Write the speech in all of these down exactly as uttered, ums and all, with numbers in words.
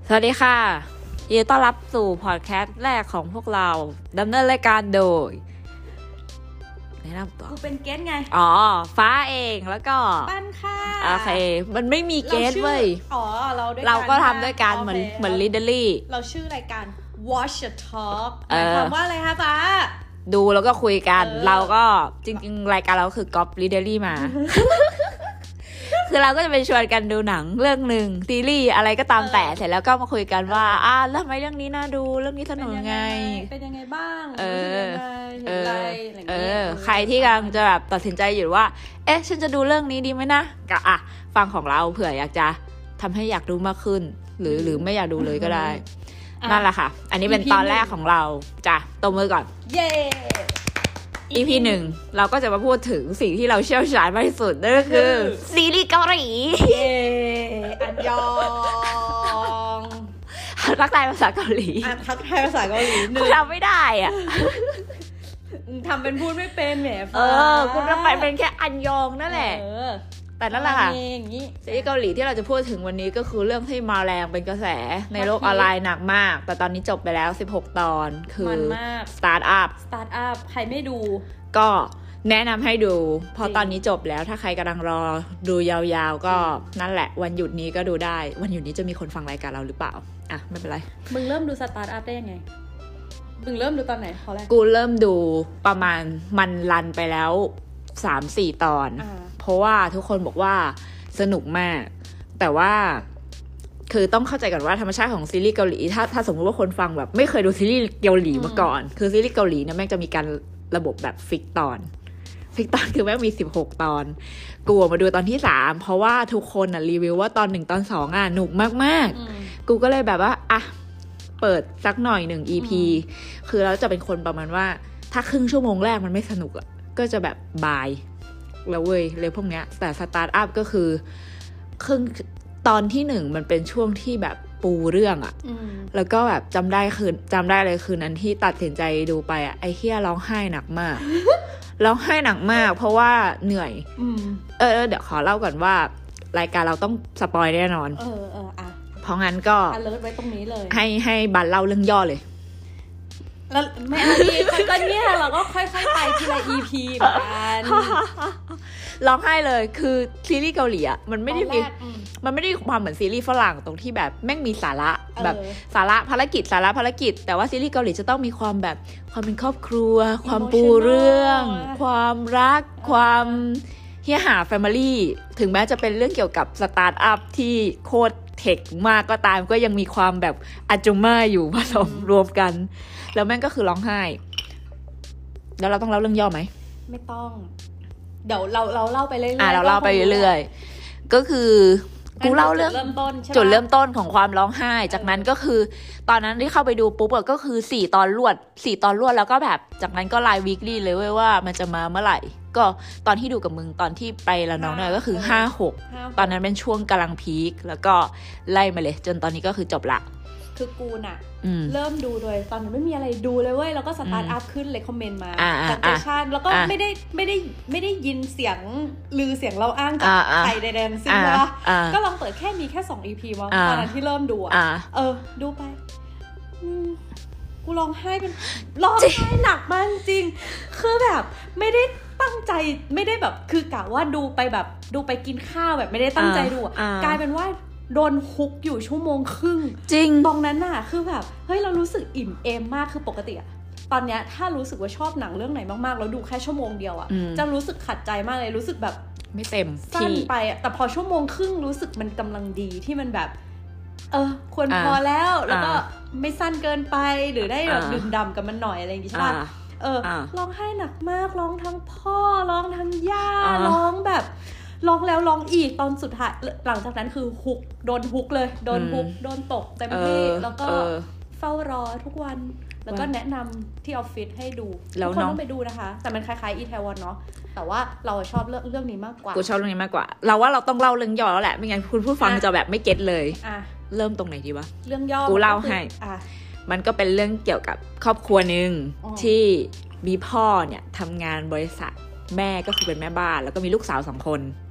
สวัสดีค่ะยินดีต้อนรับสู่พอดแคสต์แรกของพวกเราดำเนินรายการโดยแนะนำตัวกูเป็นเกสไงอ๋อฟ้าเองแล้วก็ปั้นค่ะโอเคมันไม่มีเกสเว้ยอ๋อเราด้วยเราก็ทำด้วยกันเหมือนเหมือนลิเดอรี่เราชื่อรายการ Watch the Talk หมายความว่าอะไรคะฟ้าดูแล้วก็คุยกันเราก็จริงๆรายการเราคือก๊อปลิเดอรี่มา คือเราก็จะไปชวนกันดูหนังเรื่องหนึ่งซีรีส์อะไรก็ตามแต่เสร็จแล้วก็มาคุยกันว่าอ่าแล้วทำไมเรื่องนี้น่าดูเรื่องนี้สนุกยังไงเป็นยังไงบ้างเออเออเออใครที่กำลังจะแบบตัดสินใจอยู่ว่าเอ๊ะฉันจะดูเรื่องนี้ดีไหมนะก็อ่ะฟังของเราเผื่ออยากจะทำให้อยากดูมากขึ้นหรือหรือไม่อยากดูเลยก็ได้นั่นแหละค่ะอันนี้เป็นตอนแรกของเราจ้ะตบมือก่อนเย้อี พี หนึ่งเราก็จะมาพูดถึงสิ่งที่เราเชี่ยวชาญมากที่สุดนั่นก็คือซีรีส์เกาหลีเย้อันยองทักทายภาษาเกาหลีทักทายภาษาเกาหลีหนึ่งทำไม่ได้อ่ะทำเป็นพูดไม่เป็นแหมเออคุณทำไปเป็นแค่อันยองนั่นแหละแต่นั่นแหละค่ะซีรีส์เกาหลีที่เราจะพูดถึงวันนี้ก็คือเรื่องที่มาแรงเป็นกระแสในโลกออนไลน์หนักมากแต่ตอนนี้จบไปแล้วสิบหกตอนคือ Start Up Start Up ใครไม่ดูก็แนะนำให้ดูเพราะตอนนี้จบแล้วถ้าใครกำลังรอดูยาวๆก็นั่นแหละวันหยุดนี้ก็ดูได้วันหยุดนี้จะมีคนฟังรายการเราหรือเปล่าอ่ะไม่เป็นไรมึงเริ่มดู Start Up ได้ยังไงมึงเริ่มดูตอนไหนพอแรกกูเริ่มดูประมาณมันรันไปแล้ว สามสี่ ตอนเพราะว่าทุกคนบอกว่าสนุกมากแต่ว่าคือต้องเข้าใจก่อนว่าธรรมชาติของซีรีส์เกาหลีถ้าถ้าสมมติว่าคนฟังแบบไม่เคยดูซีรีส์เกาหลีมาก่อนคือซีรีส์เกาหลีเนี่ยแม่งจะมีการระบบแบบฟิกตอนฟิกตอนคือแม่งมีสิบหกตอนกูมาดูตอนที่สามเพราะว่าทุกคนน่ะรีวิวว่าตอนหนึ่งตอนสองอ่ะหนุกมากๆกูก็เลยแบบว่าอ่ะเปิดสักหน่อยหนึ่ง อี พี คือเราจะเป็นคนประมาณว่าถ้าครึ่งชั่วโมงแรกมันไม่สนุกอ่ะก็จะแบบบายแล้วเว้ยเลยพวกเนี้ยแต่สตาร์ทอัพก็คือครึ่งตอนที่หนึ่งมันเป็นช่วงที่แบบปูเรื่องอะแล้วก็แบบจำได้คืนจำได้เลยคืนนั้นที่ตัดสินใจดูไปอะไอ้เหี้ยร้องไห้หนักมาก ร้องไห้หนักมากเพราะว่าเหนื่อยเออเดี๋ยวขอเล่าก่อนว่ารายการเราต้องสปอยแน่นอนเออเอออ่ะเพราะงั้นก็อเลิร์ทไว้ตรงนี้เลยให้ให้บันเล่าเรื่องย่อเลยแล้วไม่เอาดีก็เนี่ยเราก็ค่อยๆไปทีละ อี พี เหมือนกันร้องไห้เลยคือซีรีส์เกาหลีอ่ะมันไม่ได้มีมันไม่ได้ความเหมือนซีรีส์ฝรั่งตรงที่แบบแม่งมีสาระแบบสาระภารกิจสาระภารกิจแต่ว่าซีรีส์เกาหลีจะต้องมีความแบบความเป็นครอบครัวความปูเรื่องความรักความเฮียหาแฟมิลี่ถึงแม้จะเป็นเรื่องเกี่ยวกับสตาร์ทอัพที่โคตรเทคมากก็ตามก็ยังมีความแบบอาจุม่าอยู่ผสมรวมกันแล้วแม่งก็คือร้องไห้แล้วเราต้องเล่าเรื่องย่อไหมไม่ต้องเดี๋ยวเราเราเล่าไปเรื่อยๆอ่ะเราเล่าไปเรื่อยๆก็คือกูเล่าเรื่องจุดเริ่มต้นใช่ไหมจุดเริ่มต้นของความร้องไห้จากนั้นก็คือตอนนั้นที่เข้าไปดูปุ๊บก็คือสี่ตอนรวดสี่ตอนรวดแล้วก็แบบจากนั้นก็ไลน์วีคลี่เลยเว้ยว่ามันจะมาเมื่อไหร่ก็ตอนที่ดูกับมึงตอนที่ไปละน้องเนี่ยก็คือห้า หกตอนนั้นเป็นช่วงกำลังพีคแล้วก็ไล่มาเลยจนตอนนี้ก็คือจบละคือกูน่ะเริ่มดูโดยตอนนั้นไม่มีอะไรดูเลยเว้ยแล้วก็สตาร์ทอัพขึ้นเลยคอมเมนต์มาจากเจชันแล้วก็ไม่ได้ไม่ได้ไม่ได้ยินเสียงลือเสียงเราอ้างจากใครใดๆซึ่งว่าก็ลองเปิดแค่มีแค่สอง อี พี มั้งตอนนั้นที่เริ่มดูอ่ะเออดูไปกูร้องไห้เป็นร้องไห้หนักมากจริงคือแบบไม่ได้ตั้งใจไม่ได้แบบคือกะว่าดูไปแบบดูไปกินข้าวแบบไม่ได้ตั้งใจดูกลายเป็นว่าโดนฮุกอยู่ชั่วโมงครึ่งจริงตรงนั้นน่ะคือแบบเฮ้ยเรารู้สึกอิ่มเอมมากคือปกติอะตอนเนี้ยถ้ารู้สึกว่าชอบหนังเรื่องไหนมากๆแล้วดูแค่ชั่วโมงเดียวอะจะรู้สึกขัดใจมากเลยรู้สึกแบบไม่เต็มสั้นไปอะแต่พอชั่วโมงครึ่งรู้สึกมันกำลังดีที่มันแบบเออควรพอแล้วแล้วก็ไม่สั้นเกินไปหรือได้แบบดื่มด่ำกับมันหน่อยอะไรอย่างงี้ใช่ป่ะเออร้องไห้หนักมากร้องทั้งพ่อร้องทั้งย่าร้องแบบร้องแล้วร้องอีกตอนสุดท้ายหลังจากนั้นคือฮุกโดนฮุกเลยโดนฮุกโดนตกเต็มที่แล้วก็เฝ้ารอทุกวันแล้วก็แนะนำที่ออฟฟิศให้ดูทุกคนต้องไปดูนะคะแต่มันคล้ายๆอีเทวอนเนาะแต่ว่าเราชอบเรื่องเรื่องนี้มากกว่ากูชอบเรื่องนี้มากกว่าเราว่าเราต้องเล่าเรื่องย่อแล้วแหละไม่งั้นคุณผู้ฟังจะแบบไม่เก็ตเลยเริ่มตรงไหนดีวะเรื่องย่อกูเล่าให้มันก็เป็นเรื่องเกี่ยวกับครอบครัวนึงที่มีพ่อเนี่ยทำงานบริษัทแม่ก็คือเป็นแม่บ้านแล้วก็มีลูกสาวสองคน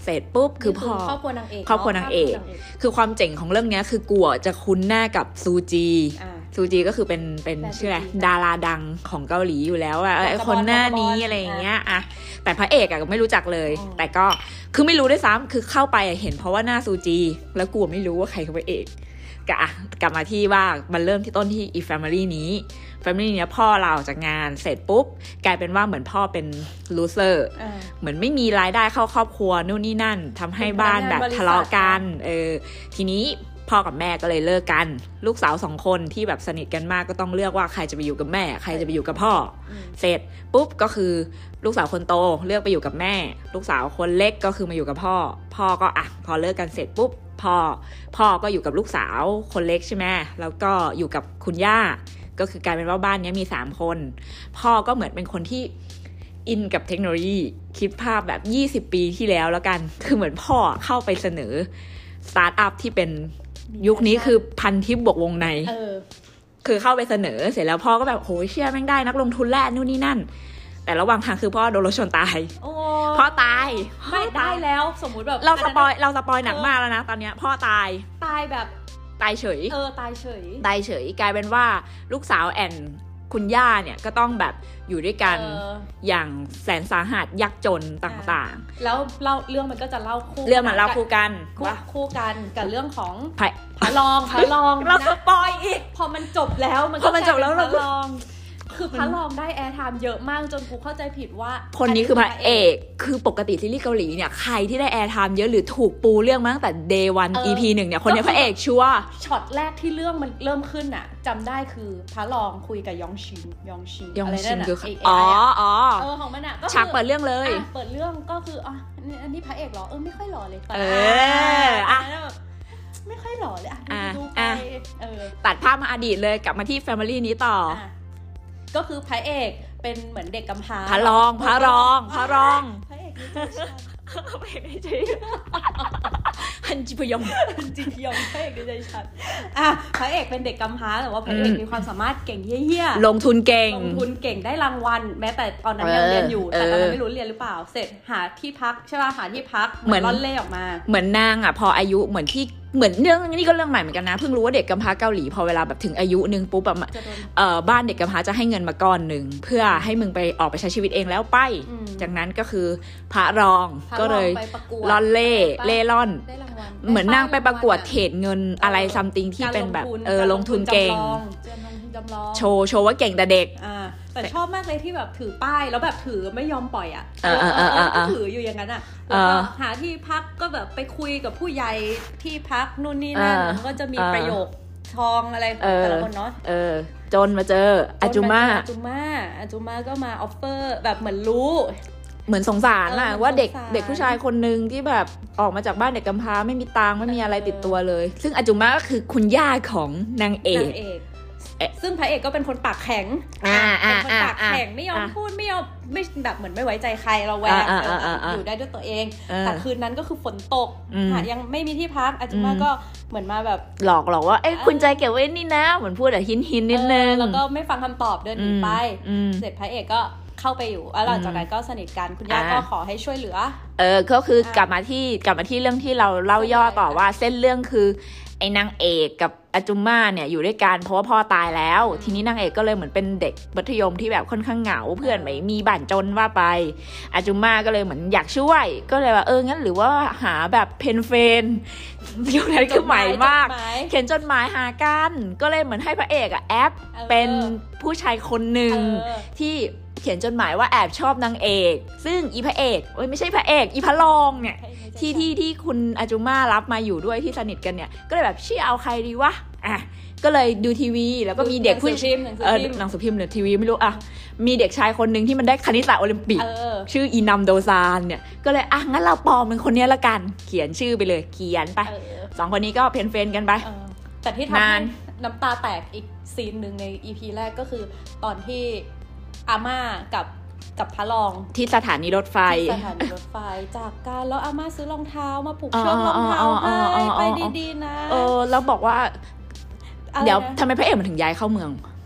เสร็จปุ๊บคือพอครอบครัวนางเอกครอบครัวนางเอกคือความเจ๋งของเรื่องนี้คือกูจะคุ้นหน้ากับซูจีซูจีก็คือเป็นเป็นชื่ออะไรดาราดังของเกาหลีอยู่แล้วอะไอคนหน้านี้อะไรอย่างเงี้ยอะแต่พระเอกอะก็ไม่รู้จักเลยแต่ก็คือไม่รู้ด้วยซ้ำคือเข้าไปเห็นเพราะว่าหน้าซูจีแล้วกูไม่รู้ว่าใครคือพระเอกกะกลับมาที่ว่ามันเริ่มที่ต้นที่อีแฟมิลี่นี้แฟมิลี่เนี้ยพ่อลาออกจากงานเสร็จปุ๊บกลายเป็นว่าเหมือนพ่อเป็นลูเซอร์เหมือนไม่มีรายได้เข้าครอบครัวนู่นนี่นั่นทำให้บ้านแบบทะเลาะกันเออทีนี้พ่อกับแม่ก็เลยเลิกกันลูกสาวสองคนที่แบบสนิทกันมากก็ต้องเลือกว่าใครจะไปอยู่กับแม่ใครจะไปอยู่กับพ่อเสร็จปุ๊บก็คือลูกสาวคนโตเลือกไปอยู่กับแม่ลูกสาวคนเล็กก็คือมาอยู่กับพ่อพ่อก็อ่ะพอเลิกกันเสร็จปุ๊บพ่อพ่อก็อยู่กับลูกสาวคนเล็กใช่ไหมแล้วก็อยู่กับคุณย่าก็คือกลายเป็นว่าบ้านนี้มีสามคนพ่อก็เหมือนเป็นคนที่อินกับเทคโนโลยีคิดภาพแบบยี่สิบปีที่แล้วแล้วกันคือเหมือนพ่อเข้าไปเสนอสตาร์ทอัพที่เป็นยุคนี้คือพันทิปบวกวงในคือเข้าไปเสนอเสร็จแล้วพ่อก็แบบโหเชื่อแม่งได้นักลงทุนแร่นู่นนี่นั่นแต่ระหว่างทางคือพ่อโดนรถชนตายพ่อตายไม่ได้แล้วสมมุติแบบเราสปอยเราสปอยหนักมากแล้วนะตอนเนี้ยพ่อตายตายแบบตายเฉยเออตายเฉยตายเฉยกลายเป็นว่าลูกสาวแอนคุณย่าเนี่ยก็ต้องแบบอยู่ด้วยกันอย่างแสนสาหัสยากจนต่างๆแล้วเล่าเรื่องมันก็จะเล่าคู่เรื่องมันเล่าคู่กันคู่กันกับเรื่องของพระรองพระรองเราสปอยอีกพอมันจบแล้วมันก็จบแล้วพระรองคือพระรองได้แอร์ไทม์เยอะมากจนกูเข้าใจผิดว่าคนนี้คือพระเอกคือปกติซีรีส์เกาหลีเนี่ยใครที่ได้แอร์ไทม์เยอะหรือถูกปูเรื่องมาตั้งแต่ เดย์ วัน อี พี หนึ่งเนี่ยคนนี้พระเอกชัวร์ช็อตแรกที่เรื่องมันเริ่มขึ้นอ่ะจำได้คือพระรองคุยกับยองชินยองชินอะไรนั่นน่ะอ๋ออ๋อเออของมันอ่ะก็ฉากเปิดเรื่องเลยเปิดเรื่องก็คืออ๋ออันนี้พระเอกเหรอเออไม่ค่อยหล่อเลยเอออ่ะไม่ค่อยหล่อเลยอ่ะดูไปเออตัดภาพมาอดีตเลยกลับมาที่แฟมิลี่นี้ต่อก็คือพระเอกเป็นเหมือนเด็กกำพร้าพระรองพระรองพระรองพระเอกไม่ใช่ฮันจิพยองฮันจิพยองพระเอกในใจฉันอ่ะพระเอกเป็นเด็กกำพร้าแต่ว่าพระเอกมีความสามารถเก่งเหี้ยๆลงทุนเก่งลงทุนเก่งได้รางวัลแม้แต่ตอนนั้นยังเรียนอยู่แต่ตอนนั้นไม่รู้เรียนหรือเปล่าเสร็จหาที่พักใช่ป่ะหาที่พักเหมือนล่อนเล่ออกมาเหมือนนางอ่ะพออายุเหมือนที่เหมือนเรื่องนี้ก็เรื่องใหม่เหมือนกันนะเพิ่งรู้ว่าเด็กกำพร้าเกาหลีพอเวลาแบบถึงอายุนึงปุ๊บแบบเอ่อบ้านเด็กกำพร้าจะให้เงินมาก้อนนึงเพื่อให้มึงไปออกไปใช้ชีวิตเองแล้วไปจากนั้นก็คือพระรองก็เลยล่อนเล่เล่ร่อนเหมือนนางไปประกวดเทรดเงินอะไรซัมติงที่เป็นแบบเออลงทุนเก่งโชว์โชว์ว่าเก่งแต่เด็กแต่ชอบมากเลยที่แบบถือป้ายแล้วแบบถือไม่ยอมปล่อยอ่ะเออเออเออก็ถืออยู่อย่างนั้นอ่ะแล้วก็หาที่พักก็แบบไปคุยกับผู้ใหญ่ที่พักนู่นนี่นั่นก็จะมีประโยคทองอะไรของแต่ละคนเนาะเออจนมาเจออาจุม่าอาจุม่าอาจุม่าก็มาออฟเฟอร์แบบเหมือนรู้เหมือนสงสารน่ะว่าเด็กเด็กผู้ชายคนนึงที่แบบออกมาจากบ้านเด็กกำพร้าไม่มีตังค์ไม่มีอะไรติดตัวเลยซึ่งอาจุม่าก็คือคุณย่าของนางเอกซึ่งพระเอกก็เป็นคนปากแข็งเป็นคนปากแข็งไม่ยอมพูดไม่ยอมไม่แบบเหมือนไม่ไว้ใจใครเราแวงอยู่ได้ด้วยตัวเองแต่คืนนั้นก็คือฝนตกยังไม่มีที่พักอาจุม่าก็เหมือนมาแบบหลอกหลอกว่าเอ้ยคุณใจเก็บไว้นี่นะเหมือนพูดแต่หินหินนิดนึงแล้วก็ไม่ฟังคำตอบเดินหนีไปเสร็จพระเอกก็เข้าไปอยู่แล้วหลังจากนั้นก็สนิทกันคุณย่าก็ขอให้ช่วยเหลือเออก็คือกลับมาที่กลับมาที่เรื่องที่เราเล่าย่อต่อว่าเส้นเรื่องคือไอ้นางเอกกับอาจุม่าเนี่ยอยู่ด้วยกันเพราะว่าพ่อตายแล้วทีนี้นางเอกก็เลยเหมือนเป็นเด็กมัธยมที่แบบค่อนข้างเหงาเพื่อนไม่มีบ้านจนว่าไปอาจุม่าก็เลยเหมือนอยากช่วยก็เลยว่าเอองั้นหรือว่าหาแบบเพนเฟนอยู่นั้นคือใหม่มากเขียนจดหมายหากันก็เลยเหมือนให้พระเอกอะแอปเป็นผู้ชายคนหนึ่งที่เขียนจดหมายว่าแอบชอบนางเอกซึ่งอีพระเอกเอ้ยไม่ใช่พระเอกอีพระรองเนี่ยที่ที่ที่คุณอาจุม่ารับมาอยู่ด้วยที่สนิทกันเนี่ยก็เลยแบบเชี่ยเอาใครดีวะอ่ะก็เลยดูทีวีแล้วก็มีเด็กผู้ชายเออหนังสือพิมพ์หรือทีวีไม่รู้อ่ะมีเด็กชายคนนึงที่มันได้คณิตศาสตร์โอลิมปิกชื่ออีนัมโดซานเนี่ยก็เลยอ่ะงั้นเราปลอมเป็นคนนี้ละกันเขียนชื่อไปเลยเขียนไปสองคนนี้ก็เพนเฟนกันไปแต่ที่ทำให้น้ำตาแตกอีกซีนหนึ่งใน อี พี แรกก็คือตอนที่อาม่ากับกับพระรองที่สถานีรถไฟสถานีรถไฟจากกันแล้วอาม่าซื้อรองเท้ามาผูกเชือกรองเท้าให้ไปดีๆนะเออแล้วบอกว่าเดี๋ยวทำไมพระเอกมันถึงย้ายเข้าเมือง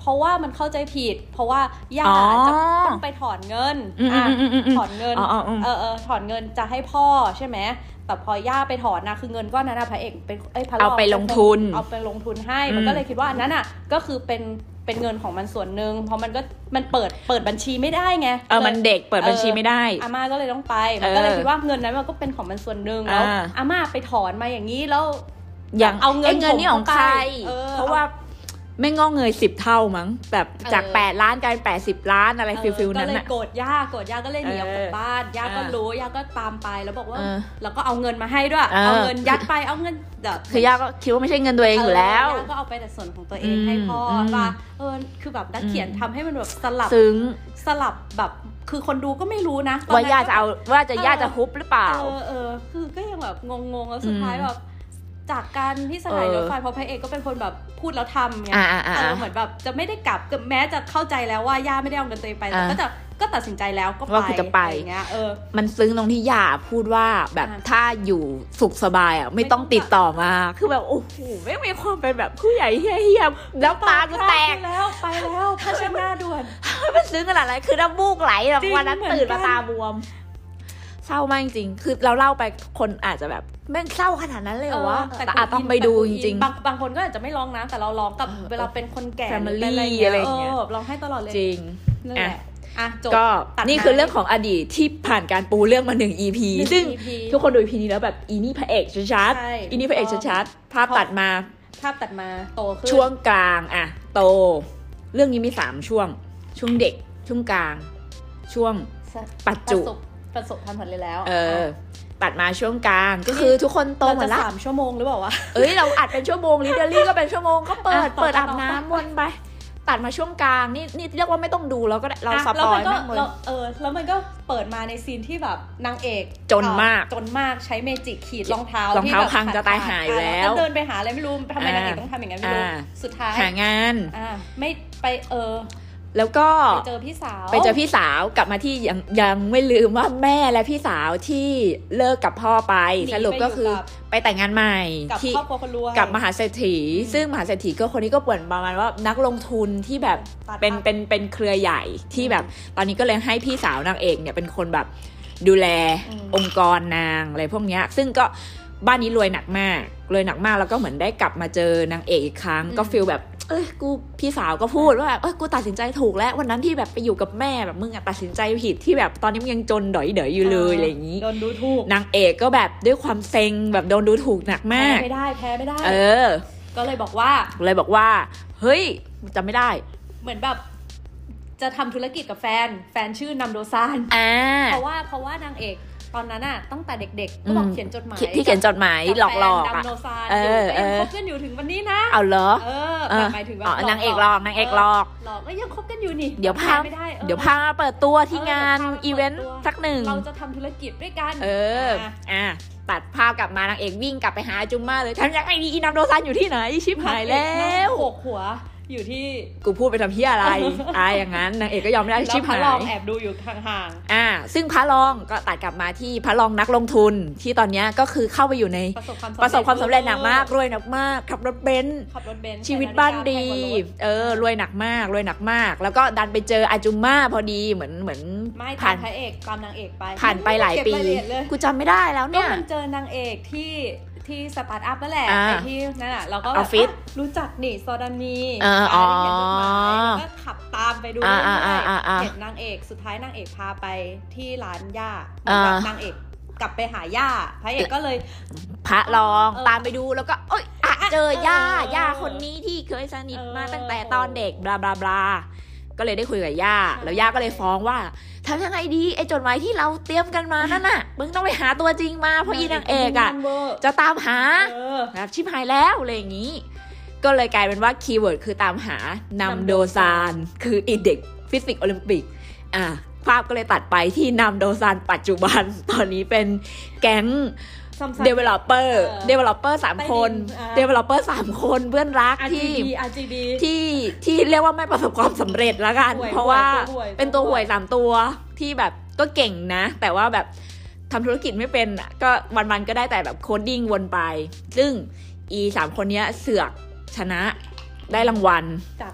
เพราะว่ามันเข้าใจผิดเพราะว่าย่าจะต้องไปถอนเงินอ่ะถอนเงินเออเออถอนเงินจะให้พ่อใช่ไหมแต่พอย่าไปถอนนะคือเงินก้อนนั้นนะพระเอกเป็นเอ้ยพระรองเอาไปลงทุนเอาไปลงทุนให้มันก็เลยคิดว่าอันนั้นอ่ะก็คือเป็นเป็นเงินของมันส่วนหนึ่งเพราะมันก็มันเปิดเปิดบัญชีไม่ได้ไงเออมันเด็กเปิดบัญชีไม่ได้อาม่าก็เลยต้องไปมันก็เลยคิดว่าเงินนั้นมันก็เป็นของมันส่วนหนึ่งแล้วอาม่าไปถอนมาอย่างนี้แล้วอย่างเอาเงินเงินนี่ของใครเพราะว่าไม่งอกเงยสิบเท่ามั้งแบบจากแปดล้านกลายเป็นแปดสิบล้านอะไรฟิลฟิลนั้นน่ะก็เลยโกรธย่าโกรธย่าก็เลยหนีออกจากบ้านย่าก็รู้ย่าก็ตามไปแล้วบอกว่าแล้วก็เอาเงินมาให้ด้วยเอาเงินยัดไปเอาเงินคือย่าก็คิดว่าไม่ใช่เงินตัวเองอยู่แล้วย่าก็เอาไปแต่ส่วนของตัวเองให้พ่อว่าเออคือแบบนักเขียนทำให้มันแบบสลับซึ้งสลับแบบคือคนดูก็ไม่รู้นะว่าย่าจะเอาว่าจะย่าจะฮุบหรือเปล่าเออเออคือก็ยังแบบงงๆแล้วสุดท้ายแบบจากการที่สถานีรถไฟเพราะพระเอกก็เป็นคนแบบพูดแล้วทำไงเออเหมือนแบบจะไม่ได้กลับแม้จะเข้าใจแล้วว่าย่าไม่ได้เอาเงินตัวเองไปแต่ก็จะก็ตัดสินใจแล้วก็ไปอย่างเงี้ยเออมันซึ้งตรงที่ย่าพูดว่าแบบถ้าอยู่สุขสบายอ่ะไม่ต้องติดต่อมาคือแบบโอ้โหไม่มีความเป็นแบบผู้ใหญ่เฮี้ยๆแล้วตาก็แตกแล้วไปแล้วพาชนะด่วนมันซึ้งขนาดไหนคือน้ำมูกไหลแบบวันนั้นตื่นมาตาบวมเศร้ามากจริงๆคือเราเล่าไปคนอาจจะแบบแม่งเศร้าขนาดนั้นเลยเหรอวะแต่อาจต้องไปดูจริงๆบางบางคนก็อาจจะไม่ร้องนะแต่เราร้องกับเวลาเป็นคนแก่ family อะไรอย่างเงี้ยร้องให้ตลอดเลยจริงนั่นแหละอ่ะจบก็นี่คือเรื่องของอดีตที่ผ่านการปูเรื่องมาหนึ่ง อี พี ซึ่งทุกคนดู อี พี นี้แล้วแบบอีนี่พระเอกชัดๆอีนี่พระเอกชัดๆภาพตัดมาภาพตัดมาโตขึ้นช่วงกลางอะโตเรื่องนี้มีสามช่วงช่วงเด็กช่วงกลางช่วงปัจจุประสบความสำเร็จแล้วเออตัดมาช่วงกลางก็คือทุกคนโตหมดละสามชั่วโมงหรือเปล่าวะเอ้ยเราอัดเป็นชั่วโมงลิเดอรี่ก็เป็นชั่วโมงก็เปิดเปิดอาบน้ำวนไปตัดมาช่วงกลางนี่นี่เรียกว่าไม่ต้องดูแล้วก็เราสปอยล์แม่งเลยเออแล้วมันก็เปิดมาในซีนที่แบบนางเอกจนมากจนมากใช้เมจิกขีดรองเท้ารองเท้าพังจะตายหายแล้วเดินไปหาอะไรไม่รู้ทำไมนางเอกต้องทำอย่างนั้นไม่รู้สุดท้ายหางานอ่าไม่ไปเออแล้วก็ไปเจอพี่สาวไปเจอพี่สาวกลับมาที่ยังยังไม่ลืมว่าแม่และพี่สาวที่เลิกกับพ่อไปสรุปก็คือไปแต่งงานใหม่ที่ครอบครัวคนรวยกับมหาเศรษฐีซึ่งมหาเศรษฐีก็คนนี้ก็เปิดประมาณว่านักลงทุนที่แบบเป็นเป็นเป็นเครือใหญ่ที่แบบตอนนี้ก็เลยให้พี่สาวนางเอกเนี่ยเป็นคนแบบดูแลองค์กรนางอะไรพวกนี้ซึ่งก็บ้านนี้รวยหนักมากรวยหนักมากแล้วก็เหมือนได้กลับมาเจอนางเอกอีกครั้งก็ฟีลแบบเอ้ยกูพี่สาวก็พูดว่าแบบเอ้ยกูตัดสินใจถูกแล้ววันนั้นที่แบบไปอยู่กับแม่แบบมึงอะตัดสินใจผิดที่แบบตอนนี้มึงยังจนดอยเด๋ยอยู่เลยอะไรอย่างนี้โดนดูถูกนางเอกก็แบบด้วยความเซ็งแบบโดนดูถูกหนักมากแพ้ไม่ได้แพ้ไม่ได้เออก็เลยบอกว่าเลยบอกว่าเฮ้ยจำไม่ได้เหมือนแบบจะทำธุรกิจกับแฟนแฟนชื่อนำโดซานเพราะว่าเพราะว่านางเอกตอนนั้นอะตั้งแต่เด็กๆก็บอกเขียนจดหมายที่เขียนจดหมายหลอกๆอะเออเออคบกันอยู่ถึงวันนี้นะเอาเหรอเออหมายถึงว่านางเอกหลอกนางเอกหลอกหลอกก็ยังคบกันอยู่นี่เดี๋ยวพาเดี๋ยวพาเปิดตัวที่งานอีเวนต์สักหนึ่งเราจะทำธุรกิจด้วยกันเอออ่ะตัดภาพกลับมานางเอกวิ่งกลับไปหาจุมม่าเลยทำยังไงดีอีนำโดซันอยู่ที่ไหนชิบหายแล้วหกหัวอยู่ที่กูพูดไปทำเหี้ยอะไรอ่าอย่างนั้นนางเอกก็ยอมไม่ได้ชิบหายแล้วพระรองแอบดูอยู่ห่างๆอ่าซึ่งพระรองก็ตัดกลับมาที่พระรองนักลงทุนที่ตอนนี้ก็คือเข้าไปอยู่ในประสบความสำเร็จหนักมากรวยหนักมากขับรถเบนซ์ชีวิตบ้านดีเออรวยหนักมากรวยหนักมากแล้วก็ดันไปเจออาจุมม่าพอดีเหมือนเหมือนผ่านพระเอกตามนางเอกไปผ่านไปหลายปีกูจำไม่ได้แล้วเนี่ยก็มันเจอนางเอกที่ที่สตาร์ทอัพนั่นแหละไอ้ที่นั่นแหละเราก็แบบรู้จักนี่ซอดานีอ๋อก็ขับตามไปดูเรื่อยๆเห็นนางเอกสุดท้ายนางเอกพาไปที่ร้านย่านางเอกกลับไปหาย่าพระเอกก็เลยพระรองตามไปดูแล้วก็เอ้ยเจอย่าย่าคนนี้ที่เคยสนิทมาตั้งแต่ตอนเด็กบลาบลาบลาก็เลยได้คุยกับย่าแล้วย่าก็เลยฟ้องว่าทำยังไงดีไอ้จดหมายที่เราเตรียมกันมานั่นน่ะมึงต้องไปหาตัวจริงมาเพราะอีนางเอกอ่ะจะตามหาแบบชิบหายแล้วอะไรอย่างนี้ก็เลยกลายเป็นว่าคีย์เวิร์ดคือตามหานำโดซานคืออีเด็กฟิสิกส์โอลิมปิกอ่ะภาพก็เลยตัดไปที่นำโดซานปัจจุบันตอนนี้เป็นแก๊งdeveloper developer สามคน developer สามคนเพื่อนรักที่ที่ที่เรียกว่าไม่ประสบความสำเร็จแล้วกันเพราะว่าเป็นตัวห่วยสามตัวที่แบบก็เก่งนะแต่ว่าแบบทำธุรกิจไม่เป็นก็วันๆก็ได้แต่แบบโคดดิ้งวนไปซึ่งอีสามคนนี้เสือกชนะได้รางวัลจาก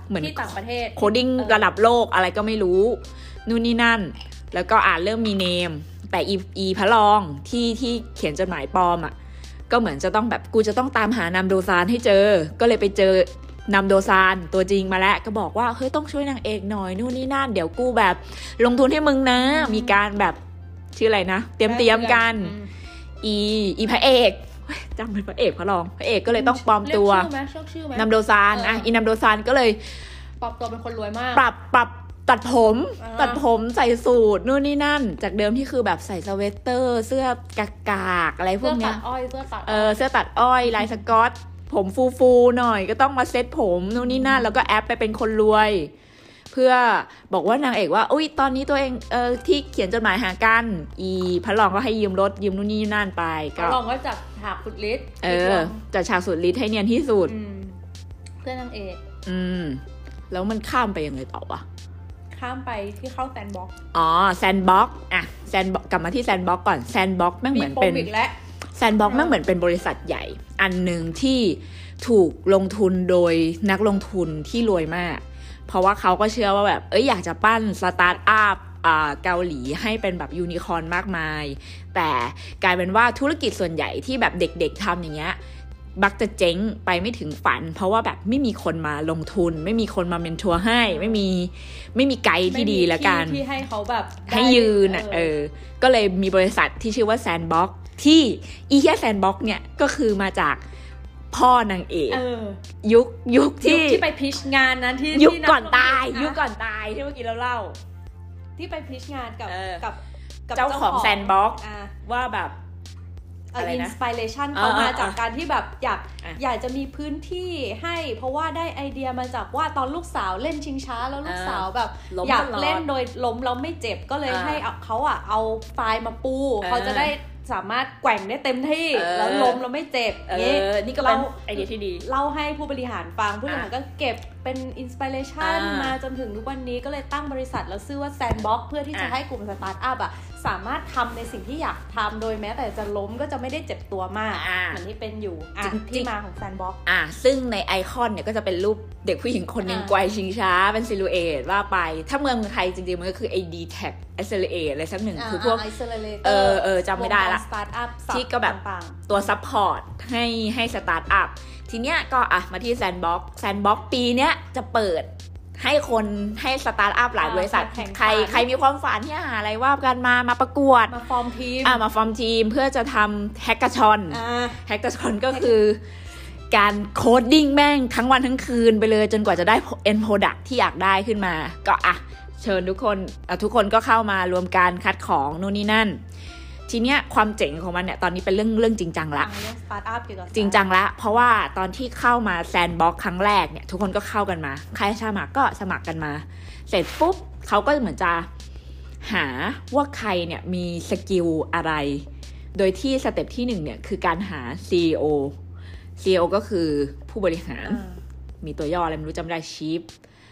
เหมือนที่ต่างประเทศโคดิ้งระดับโลกอะไรก็ไม่รู้นู่นนี่นั่นแล้วก็อ่านเริ่มมีเนมแต่อีอีพระรองที่ที่เขียนจดหมายปลอมอ่ะก็เหมือนจะต้องแบบกูจะต้องตามหานำโดซานให้เจอก็เลยไปเจอนำโดซานตัวจริงมาแล้วก็บอกว่าเฮ้ยต้องช่วยนางเอกหน่อยนู่นนี่นั่นเดี๋ยวกูแบบลงทุนให้มึงนะมีการแบบชื่ออะไรนะเตรียมเตรียมกันอีอีพระเอกจำเป็นพระเอกพระรองพระเอกก็เลยต้องปลอมตัวนำโดซานอ่ะอีนำโดซานก็เลยปรับตัวเป็นคนรวยมากปรับปรับตัดผมตัดผมใส่สูทนู่นนี่นั่นจากเดิมที่คือแบบใส่สเวตเตอร์เสื้อกากากอะไรพวกเนี้ยเสื้อตัดอ้อยเสื้อตัดเออเสื้อตัดอ้อยลายสก๊อตผมฟูๆหน่อยก็ต้องมาเซ็ตผมนู่นนี่นั่นแล้วก็แอปไปเป็นคนรวยเพื่อบอกว่านางเอกว่าอุ้ยตอนนี้ตัวเองเออที่เขียนจดหมายหากันอีพระรองก็ให้ยืมรถยืมนู่นนี่นั่นไปก็พระรองก็จัดฉากสุดฤทธิ์เออจัดฉากสุดฤทธิ์ให้เนียนที่สุดเพื่อนางเอกอืมแล้วมันข้ามไปยังไงต่อวะข้ามไปที่เข้าแซนบ็อกซ์อ๋อแซนบ็อกซ์อ่ะแซนบ็อกซ์กลับมาที่แซนบ็อกซ์ก่อนแซนบ็อกซ์แม่งเหมือนเป็นแซนบ็อกซ์แม่งเหมือนเป็นบริษัทใหญ่อันนึงที่ถูกลงทุนโดยนักลงทุนที่รวยมากเพราะว่าเขาก็เชื่อว่าแบบเอ้ยอยากจะปั้นสตาร์ทอัพอ่าเกาหลีให้เป็นแบบยูนิคอร์นมากมายแต่กลายเป็นว่าธุรกิจส่วนใหญ่ที่แบบเด็กๆทำอย่างเงี้ยบักจะเจ๊งไปไม่ถึงฝันเพราะว่าแบบไม่มีคนมาลงทุนไม่มีคนมาเมนทัวร์ให้ไม่มีไม่มีไกด์ที่ดีแล้วกันที่ให้เขาแบบให้ยืนอ่ะเออก็เลยมีบริษัทที่ชื่อว่าแซนบ็อกซ์ที่อีแค่แซนบ็อกซ์เนี่ยก็คือมาจากพ่อนางเอกยุคยุคที่ที่ไปพิชงานนั้นที่ยุคก่อนตายยุคก่อนตายที่เมื่อกี้เราเล่าที่ไปพิชงานกับกับเจ้าของแซนบ็อกซ์ว่าแบบอินสปิเรชันเขามาจากการที่แบบอยากอยากจะมีพื้นที่ให้เพราะว่าได้ไอเดียมาจากว่าตอนลูกสาวเล่นชิงช้าแล้วลูกสาวแบบอยากเล่นโดยล้มแล้วไม่เจ็บก็เลยให้เขาอ่ะเอาไฟล์มาปูเขาจะได้สามารถแกว่งได้เต็มที่แล้วล้มแล้วไม่เจ็บนี่นี่ก็เป็นไอเดียที่ดีเล่าให้ผู้บริหารฟังผู้บริหารก็เก็บเป็นอินสปิเรชันมาจนถึงทุกวันนี้ก็เลยตั้งบริษัทแล้วชื่อว่าแซนบ็อกซ์เพื่อที่จะให้กลุ่มสตาร์ทอัพอ่ะสามารถทำในสิ่งที่อยากทำโดยแม้แต่จะล้มก็จะไม่ได้เจ็บตัวมากเหมือนที่เป็นอยู่ที่มาของแซนบ็อกซ์อ่ะซึ่งในไอคอนเนี่ยก็จะเป็นรูปเด็กผู้หญิงคนนึงไกวชิงช้าเป็นซิลูเอตว่าไปถ้าเมืองไทยจริงๆมันก็คือไอดีแท็กไอเซเลเอตอะไรสักหนึ่งคือพวกเออเออจำไม่ได้ละที่ก็แบบตัวซัพพอร์ตให้ให้สตาร์ทอัพทีเนี้ยก็อ่ะมาที่แซนบ็อกซ์แซนบ็อกซ์ปีเนี้ยจะเปิดให้คนให้สตาร์ทอัพหลายบริษัทใครใครมีความฝันที่หาอะไรว่ากันมามาประกวดมาฟอร์มทีมอ่ะมาฟอร์มทีมเพื่อจะทำแฮกเกอร์ชอนแฮกเกอร์ชอนก็คือการโคดดิ้งแม่งทั้งวันทั้งคืนไปเลยจนกว่าจะได้ end product ที่อยากได้ขึ้นมาก็อ่ะเชิญทุกคนอ่ะทุกคนก็เข้ามารวมการคัดของนู่นนี่นั่นทีเนี้ยความเจ๋งของมันเนี่ยตอนนี้เป็นเรื่องเรื่องจริงจังละจริงจังละเพราะว่าตอนที่เข้ามาแซนบ็อกซ์ครั้งแรกเนี่ยทุกคนก็เข้ากันมาใครสมัครก็สมัครกันมาเสร็จปุ๊บเขาก็เหมือนจะหาว่าใครเนี่ยมีสกิลอะไรโดยที่สเต็ปที่หนึ่งเนี่ยคือการหา ซี อี โอ ซี อี โอ ก็คือผู้บริหารมีตัวย่ออะไรไม่รู้จำไม่ได้ Chief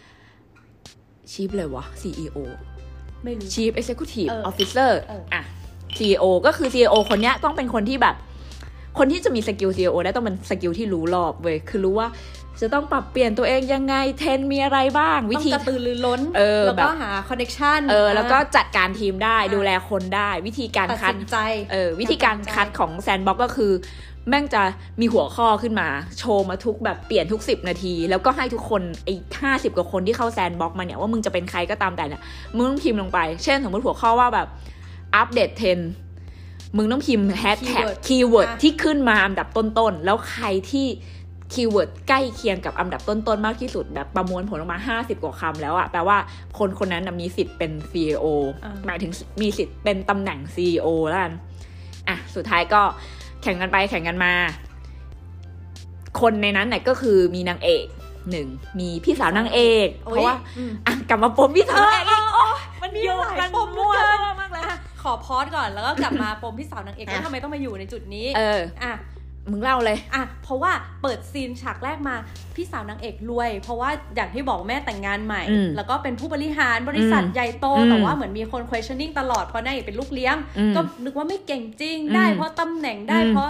Chief เลยวะ ซี อี โอไม่รู้ Chief Executive Officer อ่ะซี อี โอ ก็คือ ซี อี โอ คนเนี้ยต้องเป็นคนที่แบบคนที่จะมีสกิล ซี อี โอ ได้ต้องเป็นสกิลที่รู้รอบเว้ยคือรู้ว่าจะต้องปรับเปลี่ยนตัวเองยังไงเทรนมีอะไรบ้างวิธีต้องกระตือรือร้นเออแล้วก็หาคอนเนคชั่นเออแล้วก็จัดการทีมได้ดูแลคนได้วิธีการคัดเออวิธีการคัดของแซนบ็อกซ์ก็คือแม่งจะมีหัวข้อขึ้นมาโชว์มาทุกแบบเปลี่ยนทุกสิบนาทีแล้วก็ให้ทุกคนไอ้ห้าสิบกว่าคนที่เข้าแซนบ็อกซ์มาเนี่ยว่ามึงจะเป็นใครก็ตามแต่เนี่ยมึงต้องพิมพ์ลงไปเช่นสมมติหัวข้อว่าแบบอัปเดตเทรนด์มึงต้องพิมพ์แฮชแท็กคีย์เวิร์ดที่ขึ้นมาอันดับต้นๆแล้วใครที่คีย์เวิร์ดใกล้เคียงกับอันดับต้นๆมากที่สุดแบบประมวลผลออกมาห้าสิบกว่าคำแล้วอะแปลว่าคนคนนั้นมีสิทธิ์เป็น ซี อี โอ หมายถึงมีสิทธิ์เป็นตำแหน่ง ซี อี โอ แล้วกันอ่ะสุดท้ายก็แข่งกันไปแข่งกันมาคนในนั้นเนี่ยก็คือมีนางเอกหนึ่งมีพี่สาวนางเอกเพราะว่าอ่ะกลับมาปมพี่สาวนางเอกมันโยกกันมั่วมากเลยขอพอดก่อนแล้วก็กลับมาปมพี่สาวนางเอกว่าทำไมต้องมาอยู่ในจุดนี้เอออ่ะมึงเล่าเลยอ่ะเพราะว่าเปิดซีนฉากแรกมาพี่สาวนางเอกรวยเพราะว่าอย่างที่บอกแม่แต่งงานใหม่แล้วก็เป็นผู้บริหารบริษัทใหญ่โตแต่ว่าเหมือนมีคน questioning ตลอดเพราะนางเอกเป็นลูกเลี้ยงก็นึกว่าไม่เก่งจริงได้เพราะตำแหน่งได้เพราะเพ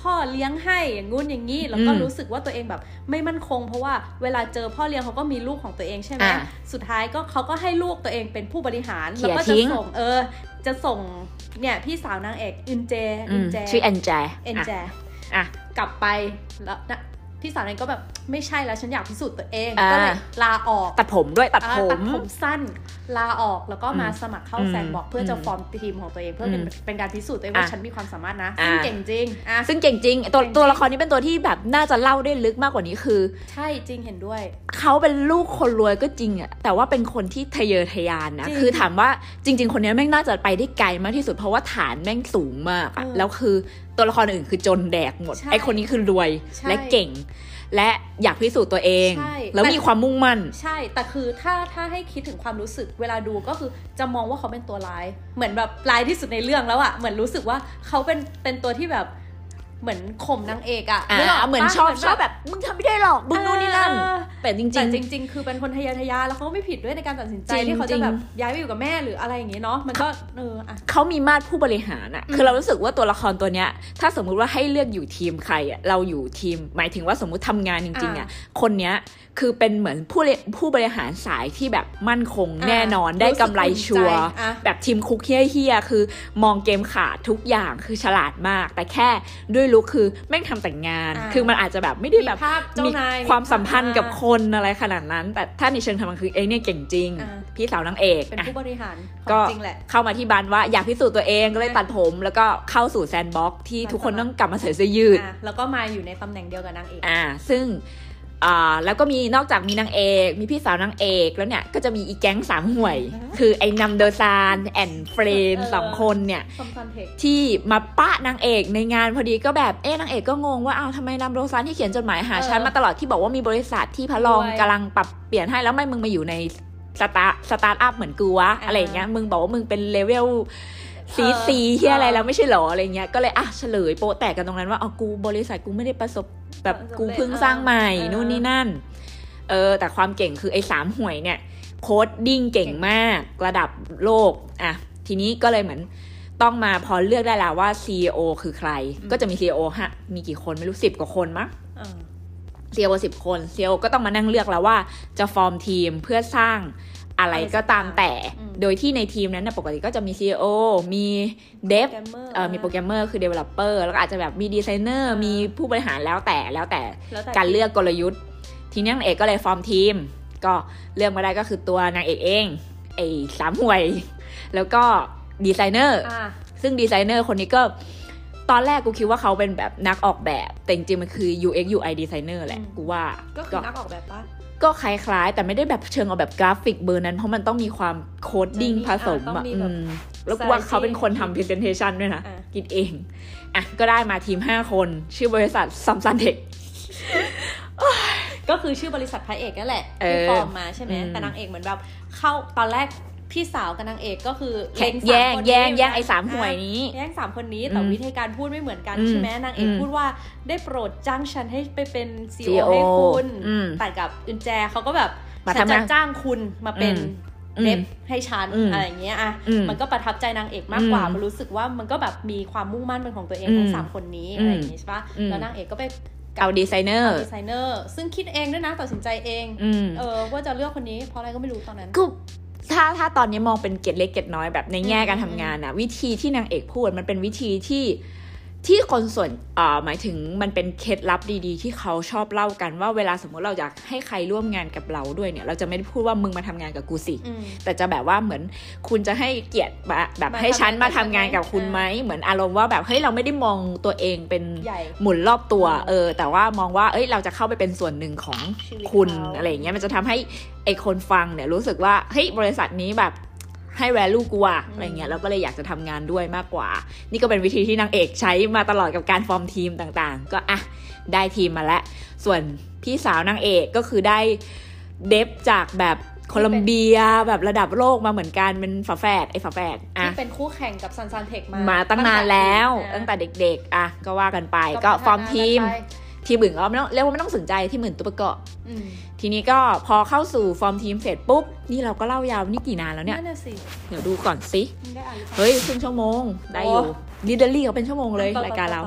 พ่อเลี้ยงให้อย่างงู้นอย่างนี้แล้วก็รู้สึกว่าตัวเองแบบไม่มั่นคงเพราะว่าเวลาเจอพ่อเลี้ยงเขาก็มีลูกของตัวเองใช่ไหมสุดท้ายก็เขาก็ให้ลูกตัวเองเป็นผู้บริหารแล้วก็จะส่งเออจะส่งเนี่ยพี่สาวนางเอกอึนเจอึนเจชื่อเอ็นเจเอ็นเจอ่ะกลับไปแล้วพี่สาวเองก็แบบไม่ใช่แล้วฉันอยากพิสูจน์ตัวเองก็เลยลาออกตัดผมด้วยตัดผมตัดผมสั้นลาออกแล้วก็มาสมัครเข้าแซนด์บ็อกซ์เพื่อจะฟอร์มทีมของตัวเองเพื่อเป็นเป็นการพิสูจน์ตัวเองว่าฉันมีความสามารถนะซึ่งเก่งจริงอ่ะซึ่งเก่งจริงตัวตัวละครนี้เป็นตัวที่แบบน่าจะเล่าได้ลึกมากกว่านี้คือใช่จริงเห็นด้วยเขาเป็นลูกคนรวยก็จริงอ่ะแต่ว่าเป็นคนที่ทะเยอทะยานนะคือถามว่าจริงๆคนนี้แม่งน่าจะไปได้ไกลมากที่สุดเพราะว่าฐานแม่งสูงมากอ่ะแล้วคือตัวละครอื่นคือจนแดกหมดไอคนนี้คือรวยและเก่งและอยากพิสูจน์ตัวเองแล้วมีความมุ่งมั่นใช่แต่คือถ้าถ้าให้คิดถึงความรู้สึกเวลาดูก็คือจะมองว่าเขาเป็นตัวร้ายเหมือนแบบร้ายที่สุดในเรื่องแล้วอะเหมือนรู้สึกว่าเขาเป็นเป็นตัวที่แบบเหมือนข่มนางเอกอะเหมือนชอบชอบแบบมึงทำไม่ได้หรอกมึงนู่นนี่นั่นแต่จริงๆแต่จริงๆคือเป็นคนทะเยอทะยานแล้วเขาไม่ผิดด้วยในการตัดสินใจที่เขาจะแบบย้ายไปอยู่กับแม่หรืออะไรอย่างเงี้ยเนาะมันก็เอออะเขามีมาตรผู้บริหารอะคือเรารู้สึกว่าตัวละครตัวเนี้ยถ้าสมมุติว่าให้เลือกอยู่ทีมใครอะเราอยู่ทีมหมายถึงว่าสมมุติทำงานจริงๆอะคนเนี้ยคือเป็นเหมือนผู้ผู้บริหารสายที่แบบมั่นคงแน่นอนได้กำไรชัวร์แบบทีมคุกเฮี้ยๆคือมองเกมขาดทุกอย่างคือฉลาดมากแต่แค่ด้วยลุคคือแม่งทำแต่งงานคือมันอาจจะแบบไม่ได้แบบมีความสัมพันธ์กับคนอะไรขนาดนั้นแต่ถ้าในเชิงทำมันคือเอ้เนี่ยเก่งจริงพี่สาวนางเอกเป็นผู้บริหารก็จริงแหละเข้ามาที่บ้านว่าอยากพิสูจน์ตัวเองก็เลยตัดผมแล้วก็เข้าสู่แซนด์บ็อกซ์ที่ทุกคนต้องกลับมาใส่เสื้อยืดแล้วก็มาอยู่ในตำแหน่งเดียวกับนางเอกอ่าซึ่งอ่าแล้วก็มีนอกจากมีนางเอกมีพี่สาวนางเอกแล้วเนี่ยก็จะมีอีแก๊งสามห่วยคือไอ้นัมเดอร์ซานแอนเฟรนสองคนเนี่ยที่มาปะนางเอกในงานพอดีก็แบบเอ๊ะนางเอกก็งงว่าอ้าวทำไมนัมเดอร์ซานที่เขียนจดหมายหาฉันมาตลอดที่บอกว่ามีบริษัทที่พะลองกำลังปรับเปลี่ยนให้แล้วไม่มึงมาอยู่ในสตาร์สตาร์ทอัพเหมือนกูวะอะไรอย่างเงี้ยมึงบอกว่ามึงเป็นเลเวลซีซีที่อะไรแล้วไม่ใช่หรออะไรเงี้ยก็เลยอ่ะเฉลยโปะแตกกันตรงนั้นว่าอ๋อกูบริษัทกูไม่ได้ประสบแบบกูเพิ่งสร้างใหม่นู่นนี่นั่นเออแต่ความเก่งคือไอ้สามห่วยเนี่ยโค้ดดิ้งเก่งมากระดับโลกอ่ะทีนี้ก็เลยเหมือนต้องมาพอเลือกได้แล้วว่า ซี อี โอ คือใครก็จะมี ซี อี โอ ฮะมีกี่คนไม่รู้สิบกว่าคนมั้ง ซี อี โอ สิบคน ซี อี โอ ก็ต้องมานั่งเลือกแล้วว่าจะฟอร์มทีมเพื่อสร้างอะไรก็ตามแต่โดยที่ในทีมนั้นนะปกติก็จะมี ซี อี โอ มีเดฟเอ่อมีโปรแกรมเมอร์คือ developer แล้วก็อาจจะแบบมีดีไซเนอร์มีผู้บริหารแล้วแต่แล้วแต่การเลือกกลยุทธ์ทีนี้นางเอกก็เลยฟอร์มทีมก็เลือกมาได้ก็คือตัวนางเอกเองไอ้สามห่วยแล้วก็ดีไซเนอร์ซึ่งดีไซเนอร์คนนี้ก็ตอนแรกกูคิดว่าเขาเป็นแบบนักออกแบบแต่จริงๆมันคือ ยู เอ็กซ์ ยู ไอ designer แหละกูว่าก็คือนักออกแบบปะก็คล้ายๆแต่ไม่ได้แบบเชิงออกแบบกราฟิกเบอร์นั้นเพราะมันต้องมีความโคดดิ้งผสมอ่ะแล้วกูว่าเขาเป็นคนทำ presentation ด้วยนะคิดเองอ่ะก็ได้มาทีมห้าคนชื่อบริษัท Samsung Tech ก็คือชื่อบริษัทพระเอกนั่นแหละที่ฟอร์มมาใช่ไหมแต่นางเอกเหมือนแบบเข้าตอนแรกพี่สาวกับนางเอกก็คือเล็งสามคนแย่งแย่งไอ้สามห่วยนี้แย่งสามคนนี้แต่วิธีการพูดไม่เหมือนกันใช่ไหมนางเอกพูดว่าได้โปรดจ้างฉันให้ไปเป็น ซี อี โอ ให้คุณแต่กับอึนแจเขาก็แบบฉันจะจ้างคุณมาเป็นเด็บให้ฉันอะไรอย่างเงี้ยอ่ะมันก็ประทับใจนางเอกมากกว่ามันรู้สึกว่ามันก็แบบมีความมุ่งมั่นเป็นของตัวเองทั้งสามคนนี้อะไรอย่างงี้ใช่ปะแล้วนางเอกก็ไปเอาดีไซเนอร์ดีไซเนอร์ซึ่งคิดเองด้วยนะตัดสินใจเองเออว่าจะเลือกคนนี้เพราะอะไรก็ไม่รู้ตอนนั้นถ้าถ้าตอนนี้มองเป็นเกร็ดเล็กเกร็ดน้อยแบบในแง่การทำงานนะวิธีที่นางเอกพูดมันเป็นวิธีที่ที่คนส่วนอ่าหมายถึงมันเป็นเคล็ดลับดีๆที่เขาชอบเล่ากันว่าเวลาสมมติเราอยากให้ใครร่วมงานกับเราด้วยเนี่ยเราจะไม่ได้พูดว่ามึงมาทำงานกับกูสิแต่จะแบบว่าเหมือนคุณจะให้เกียรติแบบให้ฉันมาทำงานกับคุณไหมเหมือนอารมณ์ว่าแบบเฮ้ยเราไม่ได้มองตัวเองเป็นหมุนรอบตัวเออแต่ว่ามองว่าเอ้ยเราจะเข้าไปเป็นส่วนหนึ่งของคุณอะไรอย่างเงี้ยมันจะทำให้ไอคนฟังเนี่ยรู้สึกว่าเฮ้ยบริษัทนี้แบบให้ value กูอะอะไรเงี้ยแล้วก็เลยอยากจะทำงานด้วยมากกว่านี่ก็เป็นวิธีที่นางเอกใช้มาตลอดกับการฟอร์มทีมต่างๆก็อ่ะได้ทีมมาแล้วส่วนพี่สาวนางเอกก็คือได้เดฟจากแบบโคลัมเบียแบบระดับโลกมาเหมือนกันเป็นฝาแฝดไอ้ฝาแฝดอ่ะที่เป็นคู่แข่งกับซันซันเทคมามาตั้งนานแล้วตั้งแต่เด็กๆอ่ะก็ว่ากันไปก็ฟอร์มทีมทีมอื่นก็ไม่ต้องเรียกว่าไม่ต้องสนใจที่เหมือนตัวประกอบทีนี้ก็พอเข้าสู่ฟอร์มทีมเสร็จปุ๊บนี่เราก็เล่ายาวนี่กี่นานแล้วเนี่ยเดี๋ยวดูก่อนสิเฮ้ยครึ่งชั่วโมงได้อยู่ลีดเดอรี่เขาเป็นชั่วโมงเลยรายการเรา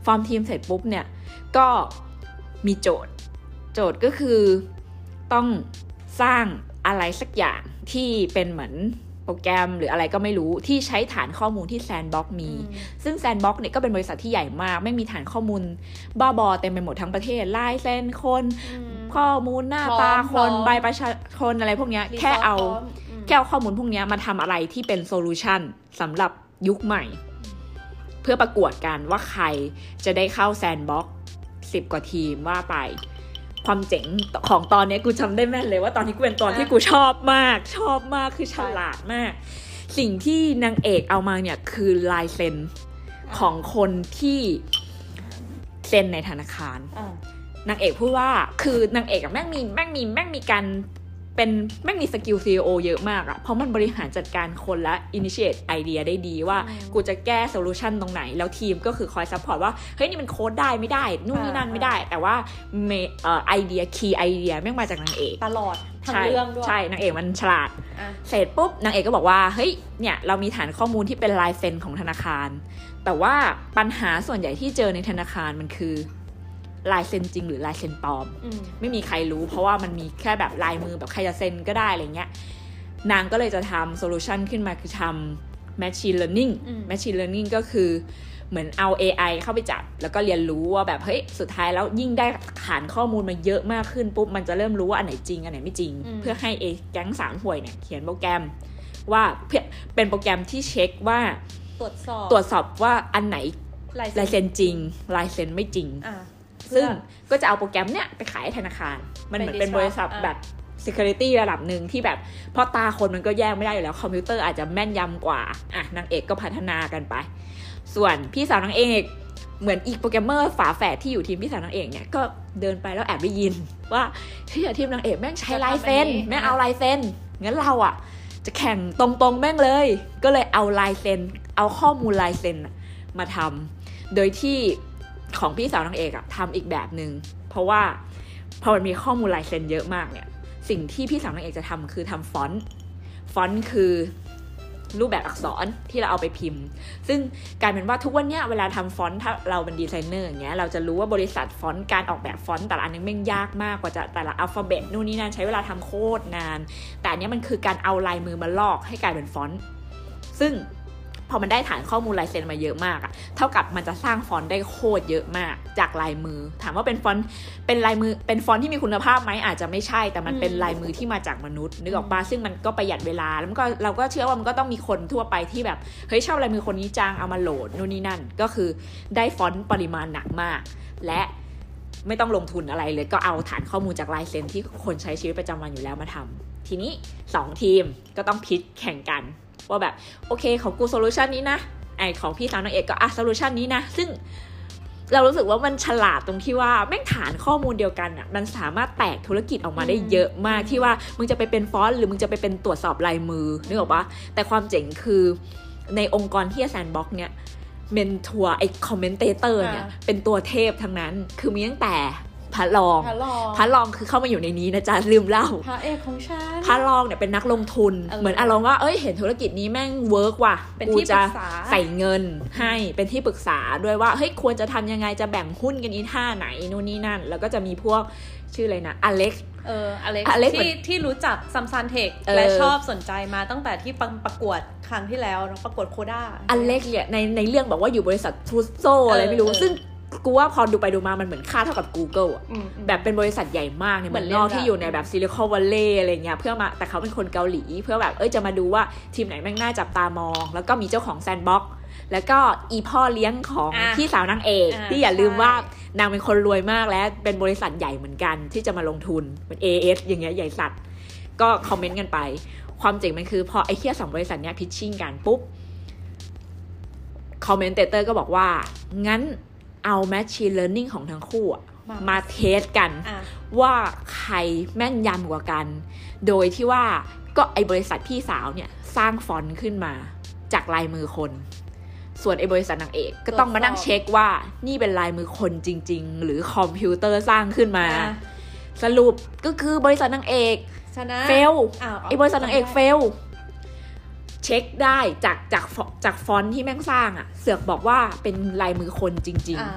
ฟอร์มทีมเสร็จปุ๊บเนี่ยก็มีโจทย์โจทย์ก็คือต้องสร้างอะไรสักอย่างที่เป็นเหมือนโปรแกรมหรืออะไรก็ไม่รู้ที่ใช้ฐานข้อมูลที่ Sandbox มีซึ่ง Sandbox เนี่ยก็เป็นบริษัทที่ใหญ่มากไม่มีฐานข้อมูลบ้าบอเต็มไปหมดทั้งประเทศลายเส้นคนข้อมูลหน้าตาคนใบประชาชนอะไรพวกนี้แค่เอาแค่เอาข้อมูลพวกนี้มาทำอะไรที่เป็นโซลูชันสำหรับยุคใหม่เพื่อประกวดกันว่าใครจะได้เข้า Sandbox สิบกว่าทีมว่าไปความเจ๋งของตอนนี้กูจำได้แม่นเลยว่าตอนที่กูเป็นตอนที่กูชอบมากชอบมากคือฉลาดมากสิ่งที่นางเอกเอามาเนี่ยคือลายเซ็นของคนที่เซ็นในธนาคารนางเอกพูดว่าคือนางเอกแม่งมีแม่งมีแม่งมีการเป็นแม่งมีสกิล ซี อี โอ เยอะมากอะเพราะมันบริหารจัดการคนและ initiate ไอเดียได้ดีว่ากูจะแก้โซลูชันตรงไหนแล้วทีมก็คือคอยซัพพอร์ตว่าเฮ้ยนี่มันโค้ดได้ไม่ได้นู่นนี่นั่นไม่ได้แต่ว่าเมเอ่อไอเดียคีย์ไอเดียแม่งมาจากนางเอกตลอดทั้งเรื่องด้วยใช่นางเอกมันฉลาดเสร็จปุ๊บนางเอกก็บอกว่าเฮ้ยเนี่ยเรามีฐานข้อมูลที่เป็นลายเซ็นของธนาคารแต่ว่าปัญหาส่วนใหญ่ที่เจอในธนาคารมันคือลายเซ็นจริงหรือลายเซ็นปลอมไม่มีใครรู้เพราะว่ามันมีแค่แบบลายมือแบบใครจะเซ็นก็ได้อะไรเงี้ยนางก็เลยจะทำโซลูชันขึ้นมาคือทำ machine learning machine learning ก็คือเหมือนเอา เอ ไอ เข้าไปจับแล้วก็เรียนรู้ว่าแบบเฮ้ยสุดท้ายแล้วยิ่งได้ฐานข้อมูลมาเยอะมากขึ้นปุ๊บมันจะเริ่มรู้ว่าอันไหนจริงอันไหนไม่จริงเพื่อให้ไอ้แก๊งสามห่วยเนี่ยเขียนโปรแกรมว่าเป็นโปรแกรมที่เช็คว่าตรวจสอบตรวจสอบว่าอันไหนลายเซ็นจริงลายเซ็นไม่จริงซึ่งก็จะเอาโปรแกรมเนี้ยไปขายให้ธนาคารมันเหมือนเป็นบริษัทแบบ security ระดับหนึ่งที่แบบเพราะตาคนมันก็แยกไม่ได้อยู่แล้วคอมพิวเตอร์อาจจะแม่นยำกว่าอ่ะนางเอกก็พัฒนากันไปส่วนพี่สาวนางเอกเหมือนอีกโปรแกรมเมอร์ฝาแฝดที่อยู่ทีมพี่สาวนางเอกเนี่ยก็เดินไปแล้วแอบได้ยินว่าที่ทีมนางเอกแม่งใช้ลายเซ็นแม่งเอาลายเซ็นงั้นเราอ่ะจะแข่งตรงๆแม่งเลยก็เลยเอาลายเซ็นเอาข้อมูลลายเซ็นมาทำโดยที่ของพี่สาวนางเอกอะทำอีกแบบนึงเพราะว่าพอมันมีข้อมูลลายเซ็นเยอะมากเนี่ยสิ่งที่พี่สาวนางเอกจะทำคือทำฟอนต์ฟอนต์คือรูปแบบอักษรที่เราเอาไปพิมพ์ซึ่งกลายเป็นว่าทุกวันเนี้ยเวลาทำฟอนต์ถ้าเราเป็นดีไซเนอร์อย่างเงี้ยเราจะรู้ว่าบริษัทฟอนต์การออกแบบฟอนต์แต่ละอันนึงแม่งยากมากกว่าจะแต่ละอัลฟาเบตนู่นนี่นั่นใช้เวลาทำโคตรนานแต่อันนี้มันคือการเอาลายมือมาลอกให้กลายเป็นฟอนต์ซึ่งพอมันได้ฐานข้อมูลลายเซ็นมาเยอะมากอะเท่ากับมันจะสร้างฟอนต์ได้โคตรเยอะมากจากลายมือถามว่าเป็นฟอนต์เป็นลายมือเป็นฟอนต์ที่มีคุณภาพไหมอาจจะไม่ใช่แต่มันเป็นลายมือที่มาจากมนุษย์นึกออกปะซึ่งมันก็ประหยัดเวลาแล้วมันก็เราก็เชื่อว่ามันก็ต้องมีคนทั่วไปที่แบบเฮ้ยชอบลายมือคนนี้จังเอามาโหลดนู่นนี่นั่นก็คือได้ฟอนต์ปริมาณหนักมากและไม่ต้องลงทุนอะไรเลยก็เอาฐานข้อมูลจากลายเซ็นที่คนใช้ชีวิตประจำวันอยู่แล้วมาทำทีนี้สองทีมก็ต้องพิชแข่งกันว่าแบบโอเคของกูโซลูชันนี้นะไอของพี่สาวนางเอกก็อ่ะโซลูชันนี้นะซึ่งเรารู้สึกว่ามันฉลาดตรงที่ว่าแม่งฐานข้อมูลเดียวกันอ่ะมันสามารถแตกธุรกิจออกมาได้เยอะมากที่ว่ามึงจะไปเป็นฟอนต์หรือมึงจะไปเป็นตรวจสอบลายมือนึกออกปะแต่ความเจ๋งคือในองค์กรที่แซนด์บ็อกซ์เนี่ยเมนทัวร์ไอคอมเมนเตเตอร์เนี่ยเป็นตัวเทพทั้งนั้นคือมีตั้งแต่พระรองพระรองคือเข้ามาอยู่ในนี้นะจ๊ะลืมเล่าพระเอกของฉันพระรองเนี่ยเป็นนักลงทุนเหมือนอารมณ์ว่าเอ้ยเห็นธุรกิจนี้แม่งเวิร์กว่ะกูจะใส่เงินให้เป็นที่ปรึกษาด้วยว่าเฮ้ยควรจะทำยังไงจะแบ่งหุ้นกันอีท่าไหนนู่นนี่นั่นแล้วก็จะมีพวกชื่ออะไรนะอเล็กเอออเล็กที่ที่รู้จักซัมซันเทคและชอบสนใจมาตั้งแต่ที่ประกวดครั้งที่แล้วประกวดโคด้าอเล็กเนี่ยในในเรื่องบอกว่าอยู่บริษัททูโซอะไรไม่รู้ซึ่งกูว่าพอดูไปดูมามันเหมือนค่าเท่ากับ Google อ่ะแบบเป็นบริษัทใหญ่มากเนี่ยเหมือนนอกที่อยู่ในแบบซิลิคอนวัลเลย์อะไรเงี้ยเพื่อมาแต่เขาเป็นคนเกาหลีเพื่อแบบเอ้ยจะมาดูว่าทีมไหนแม่งน่าจับตามองแล้วก็มีเจ้าของแซนด์บ็อกซ์แล้วก็อีพ่อเลี้ยงของพี่สาวนางเอกที่อย่าลืมว่านางเป็นคนรวยมากและเป็นบริษัทใหญ่เหมือนกันที่จะมาลงทุนเป็น เอ เอส อย่างเงี้ยใหญ่สัตว์ก็คอมเมนต์กันไปความเจ๋งมันคือพอไอ้เหี้ยสองบริษัทเนี้ยพิชชิ่งกันปุ๊บคอมเมนเตเตอร์ก็บอกว่างั้นเอา machine learning ของทั้งคู่มา, มาเทสกันว่าใครแม่นยำกว่ากันโดยที่ว่าก็ไอบริษัทพี่สาวเนี่ยสร้างฟอนต์ขึ้นมาจากลายมือคนส่วนไอบริษัทนางเอกก็ต้องมานั่งเช็คว่านี่เป็นลายมือคนจริงๆหรือคอมพิวเตอร์สร้างขึ้นมาสรุปก็คือบริษัทนางเอกเฟลไอบริษัทนางเอกเฟลเช็คได้จากจากจากฟอนต์ที่แม่งสร้างอ่ะเสือกบอกว่าเป็นลายมือคนจริง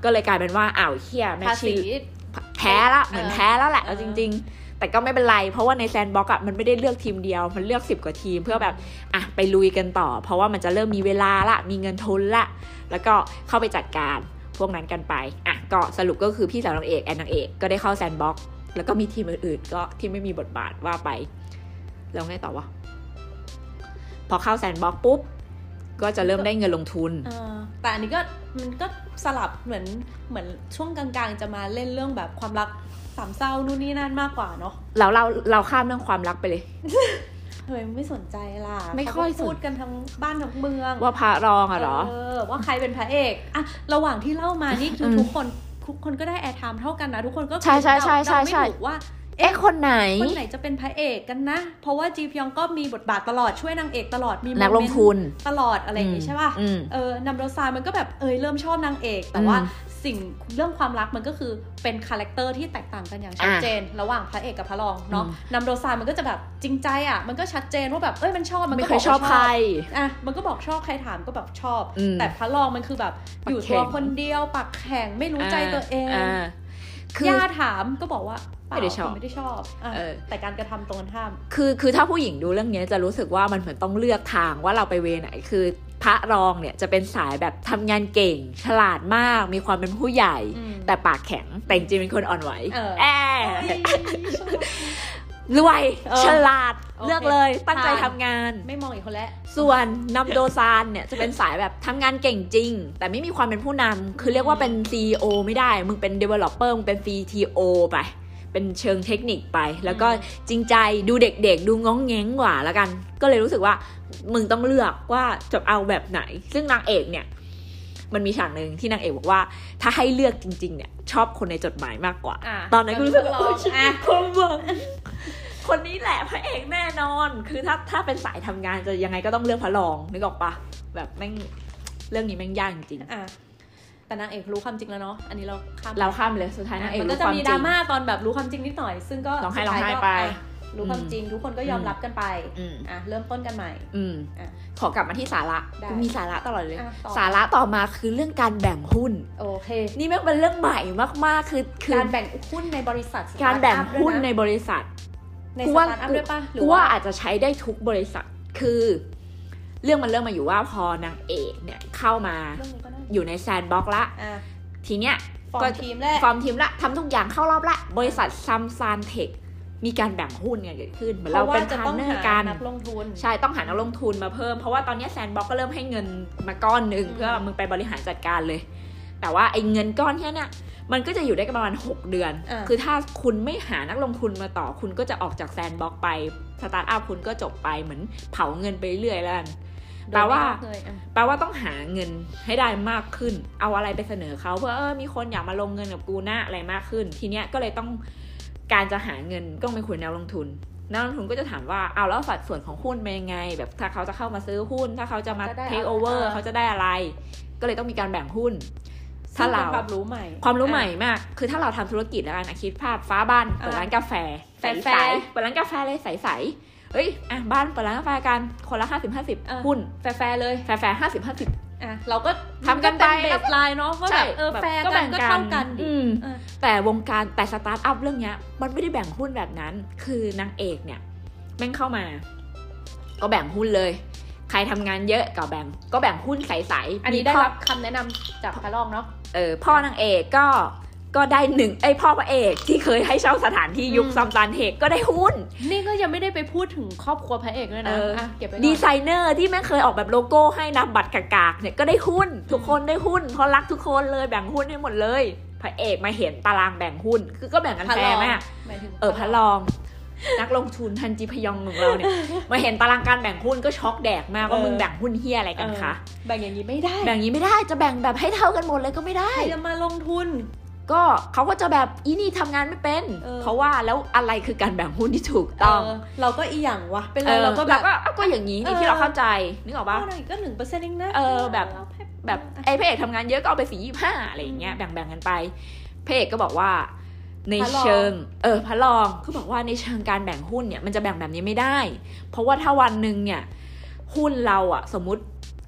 ก็เลยกลายเป็นว่าอ้าวเหี้ยแมชชีนแพ้ละเหมือนแพ้แล้วแหละเอาจริงๆแต่ก็ไม่เป็นไรเพราะว่าในแซนด์บ็อกซ์อ่ะมันไม่ได้เลือกทีมเดียวมันเลือกสิบกว่าทีมเพื่อแบบอ่ะไปลุยกันต่อเพราะว่ามันจะเริ่มมีเวลาละมีเงินทุนละแล้วก็เข้าไปจัดการพวกนั้นกันไปอ่ะก็สรุปก็คือพี่สาวนางเอกแอนนางเอกก็ได้เข้าแซนด์บ็อกซ์แล้วก็มีทีมอื่นๆก็ที่ไม่มีบทบาทว่าไปแล้วไงต่อวะพอเข้าแซนด์บ็อกซ์ปุ๊บก็จะเริ่มได้เงินลงทุนแต่อันนี้ก็มันก็สลับเหมือนเหมือนช่วงกลางๆจะมาเล่นเรื่องแบบความรักสามเศร้านู่นนี่นั่นมากกว่าเนาะแล้วเราเราข้ามเรื่องความรักไปเลยทำไมไม่สนใจล่ะไม่ค่อยพูดกันทั้งบ้านทั้งเมืองว่าพระรองอะเหรอเออว่าใครเป็นพระเอกอะระหว่างที่เล่ามานี่คือทุกคนทุกคนก็ได้แอร์ไทม์เท่ากันนะทุกคนก็ใช่ใช่ใช่ใช่ใช่ไม่ถูกว่าเอ๊ะคนไหนคนไหนจะเป็นพระเอกกันนะเพราะว่าจีพยองก็มีบทบาทตลอดช่วยนางเอกตลอดมีนักลงทุนตลอดอะไรอย่างนี้ใช่ป่ะเออนำโดซานมันก็แบบเอยเริ่มชอบนางเอกแต่ว่าสิ่งเรื่องความรักมันก็คือเป็นคาแรคเตอร์ที่แตกต่างกันอย่างชัดเจนระหว่างพระเอกกับพระรองเนาะนำโดซานมันก็จะแบบจริงใจอ่ะมันก็ชัดเจนว่าแบบเอ้ยมันชอบมันก็บอกชอบใครอ่ะมันก็บอกชอบใครถามก็แบบชอบแต่พระรองมันคือแบบอยู่ตัวคนเดียวปากแข็งไม่รู้ใจตัวเองย่าถามก็บอกว่าไม่ได้ชอบไม่ได้ชอบแต่การกระทำตรงกันข้ามคือคือถ้าผู้หญิงดูเรื่องนี้จะรู้สึกว่ามันเหมือนต้องเลือกทางว่าเราไปเวไหนคือพระรองเนี่ยจะเป็นสายแบบทำงานเก่งฉลาดมากมีความเป็นผู้ใหญ่แต่ปากแข็งแต่จริงๆเป็นคนอ่อนไหวแอบรวยฉลาดเลือกเลยตั้งใจทำงานไม่มองอีกคนแล้วส่วนนำโดซานเนี่ยจะเป็นสายแบบทำงานเก่งจริงแต่ไม่มีความเป็นผู้นำคือเรียกว่าเป็น ซี อี โอ ไม่ได้มึงเป็น developer มึงเป็น ซี ที โอ ไปเป็นเชิงเทคนิคไปแล้วก็จริงใจดูเด็กๆดูง้องแง้งกว่าแล้วกันก็เลยรู้สึกว่ามึงต้องเลือกว่าจะเอาแบบไหนซึ่งนางเอกเนี่ยมันมีฉากนึงที่นางเอกบอกว่าถ้าให้เลือกจริงๆเนี่ยชอบคนในจดหมายมากกว่าตอนนั้นก็รู้สึกว่าคนเมืองคนนี้แหละพระเอกแน่นอนคือถ้าถ้าเป็นสายทำงานจะยังไงก็ต้องเลือกพระรองนึกออกปะแบบแม่งเรื่องนี้แม่งยากจริงๆแต่นางเอกรู้ความจริงแล้วเนาะอันนี้เราข้ามเราข้ามเลยสุดท้ายนางเอกรู้ความจริงมันก็จะมีดราม่าตอนแบบรู้ความจริงนิดหน่อยซึ่งก็ร้องไห้ร้องไห้ไปรู้ความจริงทุกคนก็ยอมรับกันไปอ่ะเริ่มต้นกันใหม่อ่ะขอกลับมาที่สาระมีสาระตลอดเลยสาระต่อมาคือเรื่องการแบ่งหุ้นโอเคนี่แม่งเป็นเรื่องใหม่มากๆคือการแบ่งหุ้นในบริษัทการแบ่งหุ้นในบริษัทในสตาร์ทอัพด้วยป่ะหรือว่าอาจจะใช้ได้ทุกบริษัทคือเรื่องมันเริ่มมาอยู่ว่าพอนางเอกเนี่ยเข้ามาอยู่ในแซนด์บ็อกซ์ละทีเนี้ยฟอร์มทีมแล้วฟอร์มทีมละทำทุกอย่างเข้ารอบละบริษัทซัมซานเทคมีการแบ่งหุ้นเกิดขึ้นเหมือนเราเป็นพาร์ทเนอร์กันใช่ต้องหานักลงทุนมาเพิ่มเพราะว่าตอนนี้แซนด์บ็อกซ์ก็เริ่มให้เงินมาก้อนหนึ่งเพื่อมึงไปบริหารจัดการเลยแต่ว่าไอ้เงินก้อนแค่นี้มันก็จะอยู่ได้ประมาณหกเดือนคือถ้าคุณไม่หานักลงทุนมาต่อคุณก็จะออกจากแซนด์บ็อกซ์ไปสตาร์ทอัพคุณก็จบไปเหมือนเผาเงินไปเรื่อยแล้วแปลว่าแปลว่าต้องหาเงินให้ได้มากขึ้นเอาอะไรไปเสนอเขาเพื่อเออมีคนอยากมาลงเงินกับกูนะอะไรมากขึ้นทีเนี้ยก็เลยต้องการจะหาเงินก็ต้องไปคุยแนวลงทุนนักลงทุนก็จะถามว่าเอาแล้วสัดส่วนของหุ้นเป็นยังไงแบบถ้าเขาจะเข้ามาซื้อหุ้นถ้าเขาจะมาเทคโอเวอร์เขาจะได้อะไรก็เลยต้องมีการแบ่งหุ้นถ้าเราความรู้ใหม่ความรู้ใหม่มากคือถ้าเราทำธุรกิจแล้วกันคิดภาพฟ้าบ้านเปิดร้านกาแฟใสๆเปิดร้านกาแฟเลยใสๆเฮ้ยอ่ะบ้านเปิดร้านกาแฟกันคนละห้าสิบ ห้าสิบหุ้นแฟร์เลยแฟร์ห้าสิบ ห้าสิบอ่ะเราก็ทำกันไปเบสไลน์เนาะว่าแบบเออแฟร์กันก็เท่ากันแต่วงการแต่สตาร์ทอัพเรื่องเนี้ยมันไม่ได้แบ่งหุ้นแบบนั้นคือนางเอกเนี่ยแม่งเข้ามาก็แบ่งหุ้นเลยใครทำงานเยอะก็แบ่งก็แบ่งหุ้นใสๆอันนี้ได้รับคำแนะนำจากพระรองเนาะเออพ่อนางเอกก็ก็ได้หนึ่งไอพ่อพระเอกที่เคยให้เช่าสถานที่ยุคซัมซันเทคก็ได้หุ้นนี่ก็ยังไม่ได้ไปพูดถึงครอบครัวพระเอกด้วยนะอ่ะเก็บไปก่อนดีไซเนอร์ที่แม่เคยออกแบบโลโก้ให้นำบัตรกากๆเนี่ยก็ได้หุ้นทุกคนได้หุ้นเพราะรักทุกคนเลยแบ่งหุ้นให้หมดเลยพระเอกมาเห็นตารางแบ่งหุ้นคือก็แบ่งกันแฟร์มากเออพระรองนักลงทุนทันจีพยองของเราเนี่ยมาเห็นตารางการแบ่งหุ้นก็ช็อกแดกมากว่ามึงแบ่งหุ้นเฮียอะไรกันคะแบ่งอย่างนี้ไม่ได้แบ่งอย่างนี้ไม่ได้จะแบ่งแบบให้เท่ากันหมดเลยก็ไม่ได้ใครจะมาลงทุนก็เขาก็จะแบบอีนี่ทำงานไม่เป็นเ, เพราะว่าแล้วอะไรคือการแบ่งหุ้นที่ถูกต้อง เ, เราก็อีหยังวะเป็นเราเราก็แบบก็อย่างนี้นี่ที่เราเข้าใจนึกออกปะก็หนึ่งเปอร์เซ็นต์เองนะเออแบบแบบไอ้พระเอกทำงานเยอะก็เอาไปสี่ยี่ห้าอะไรอย่างเงี้ยแบ่งๆกันไปพระเอกก็บอกว่าในเชิงเออพระรองเขาบอกว่าในเชิงการแบ่งหุ้นเนี่ยมันจะแบ่งแบบนี้ไม่ได้เพราะว่าถ้าวันนึงเนี่ยหุ้นเราอะสมมุติ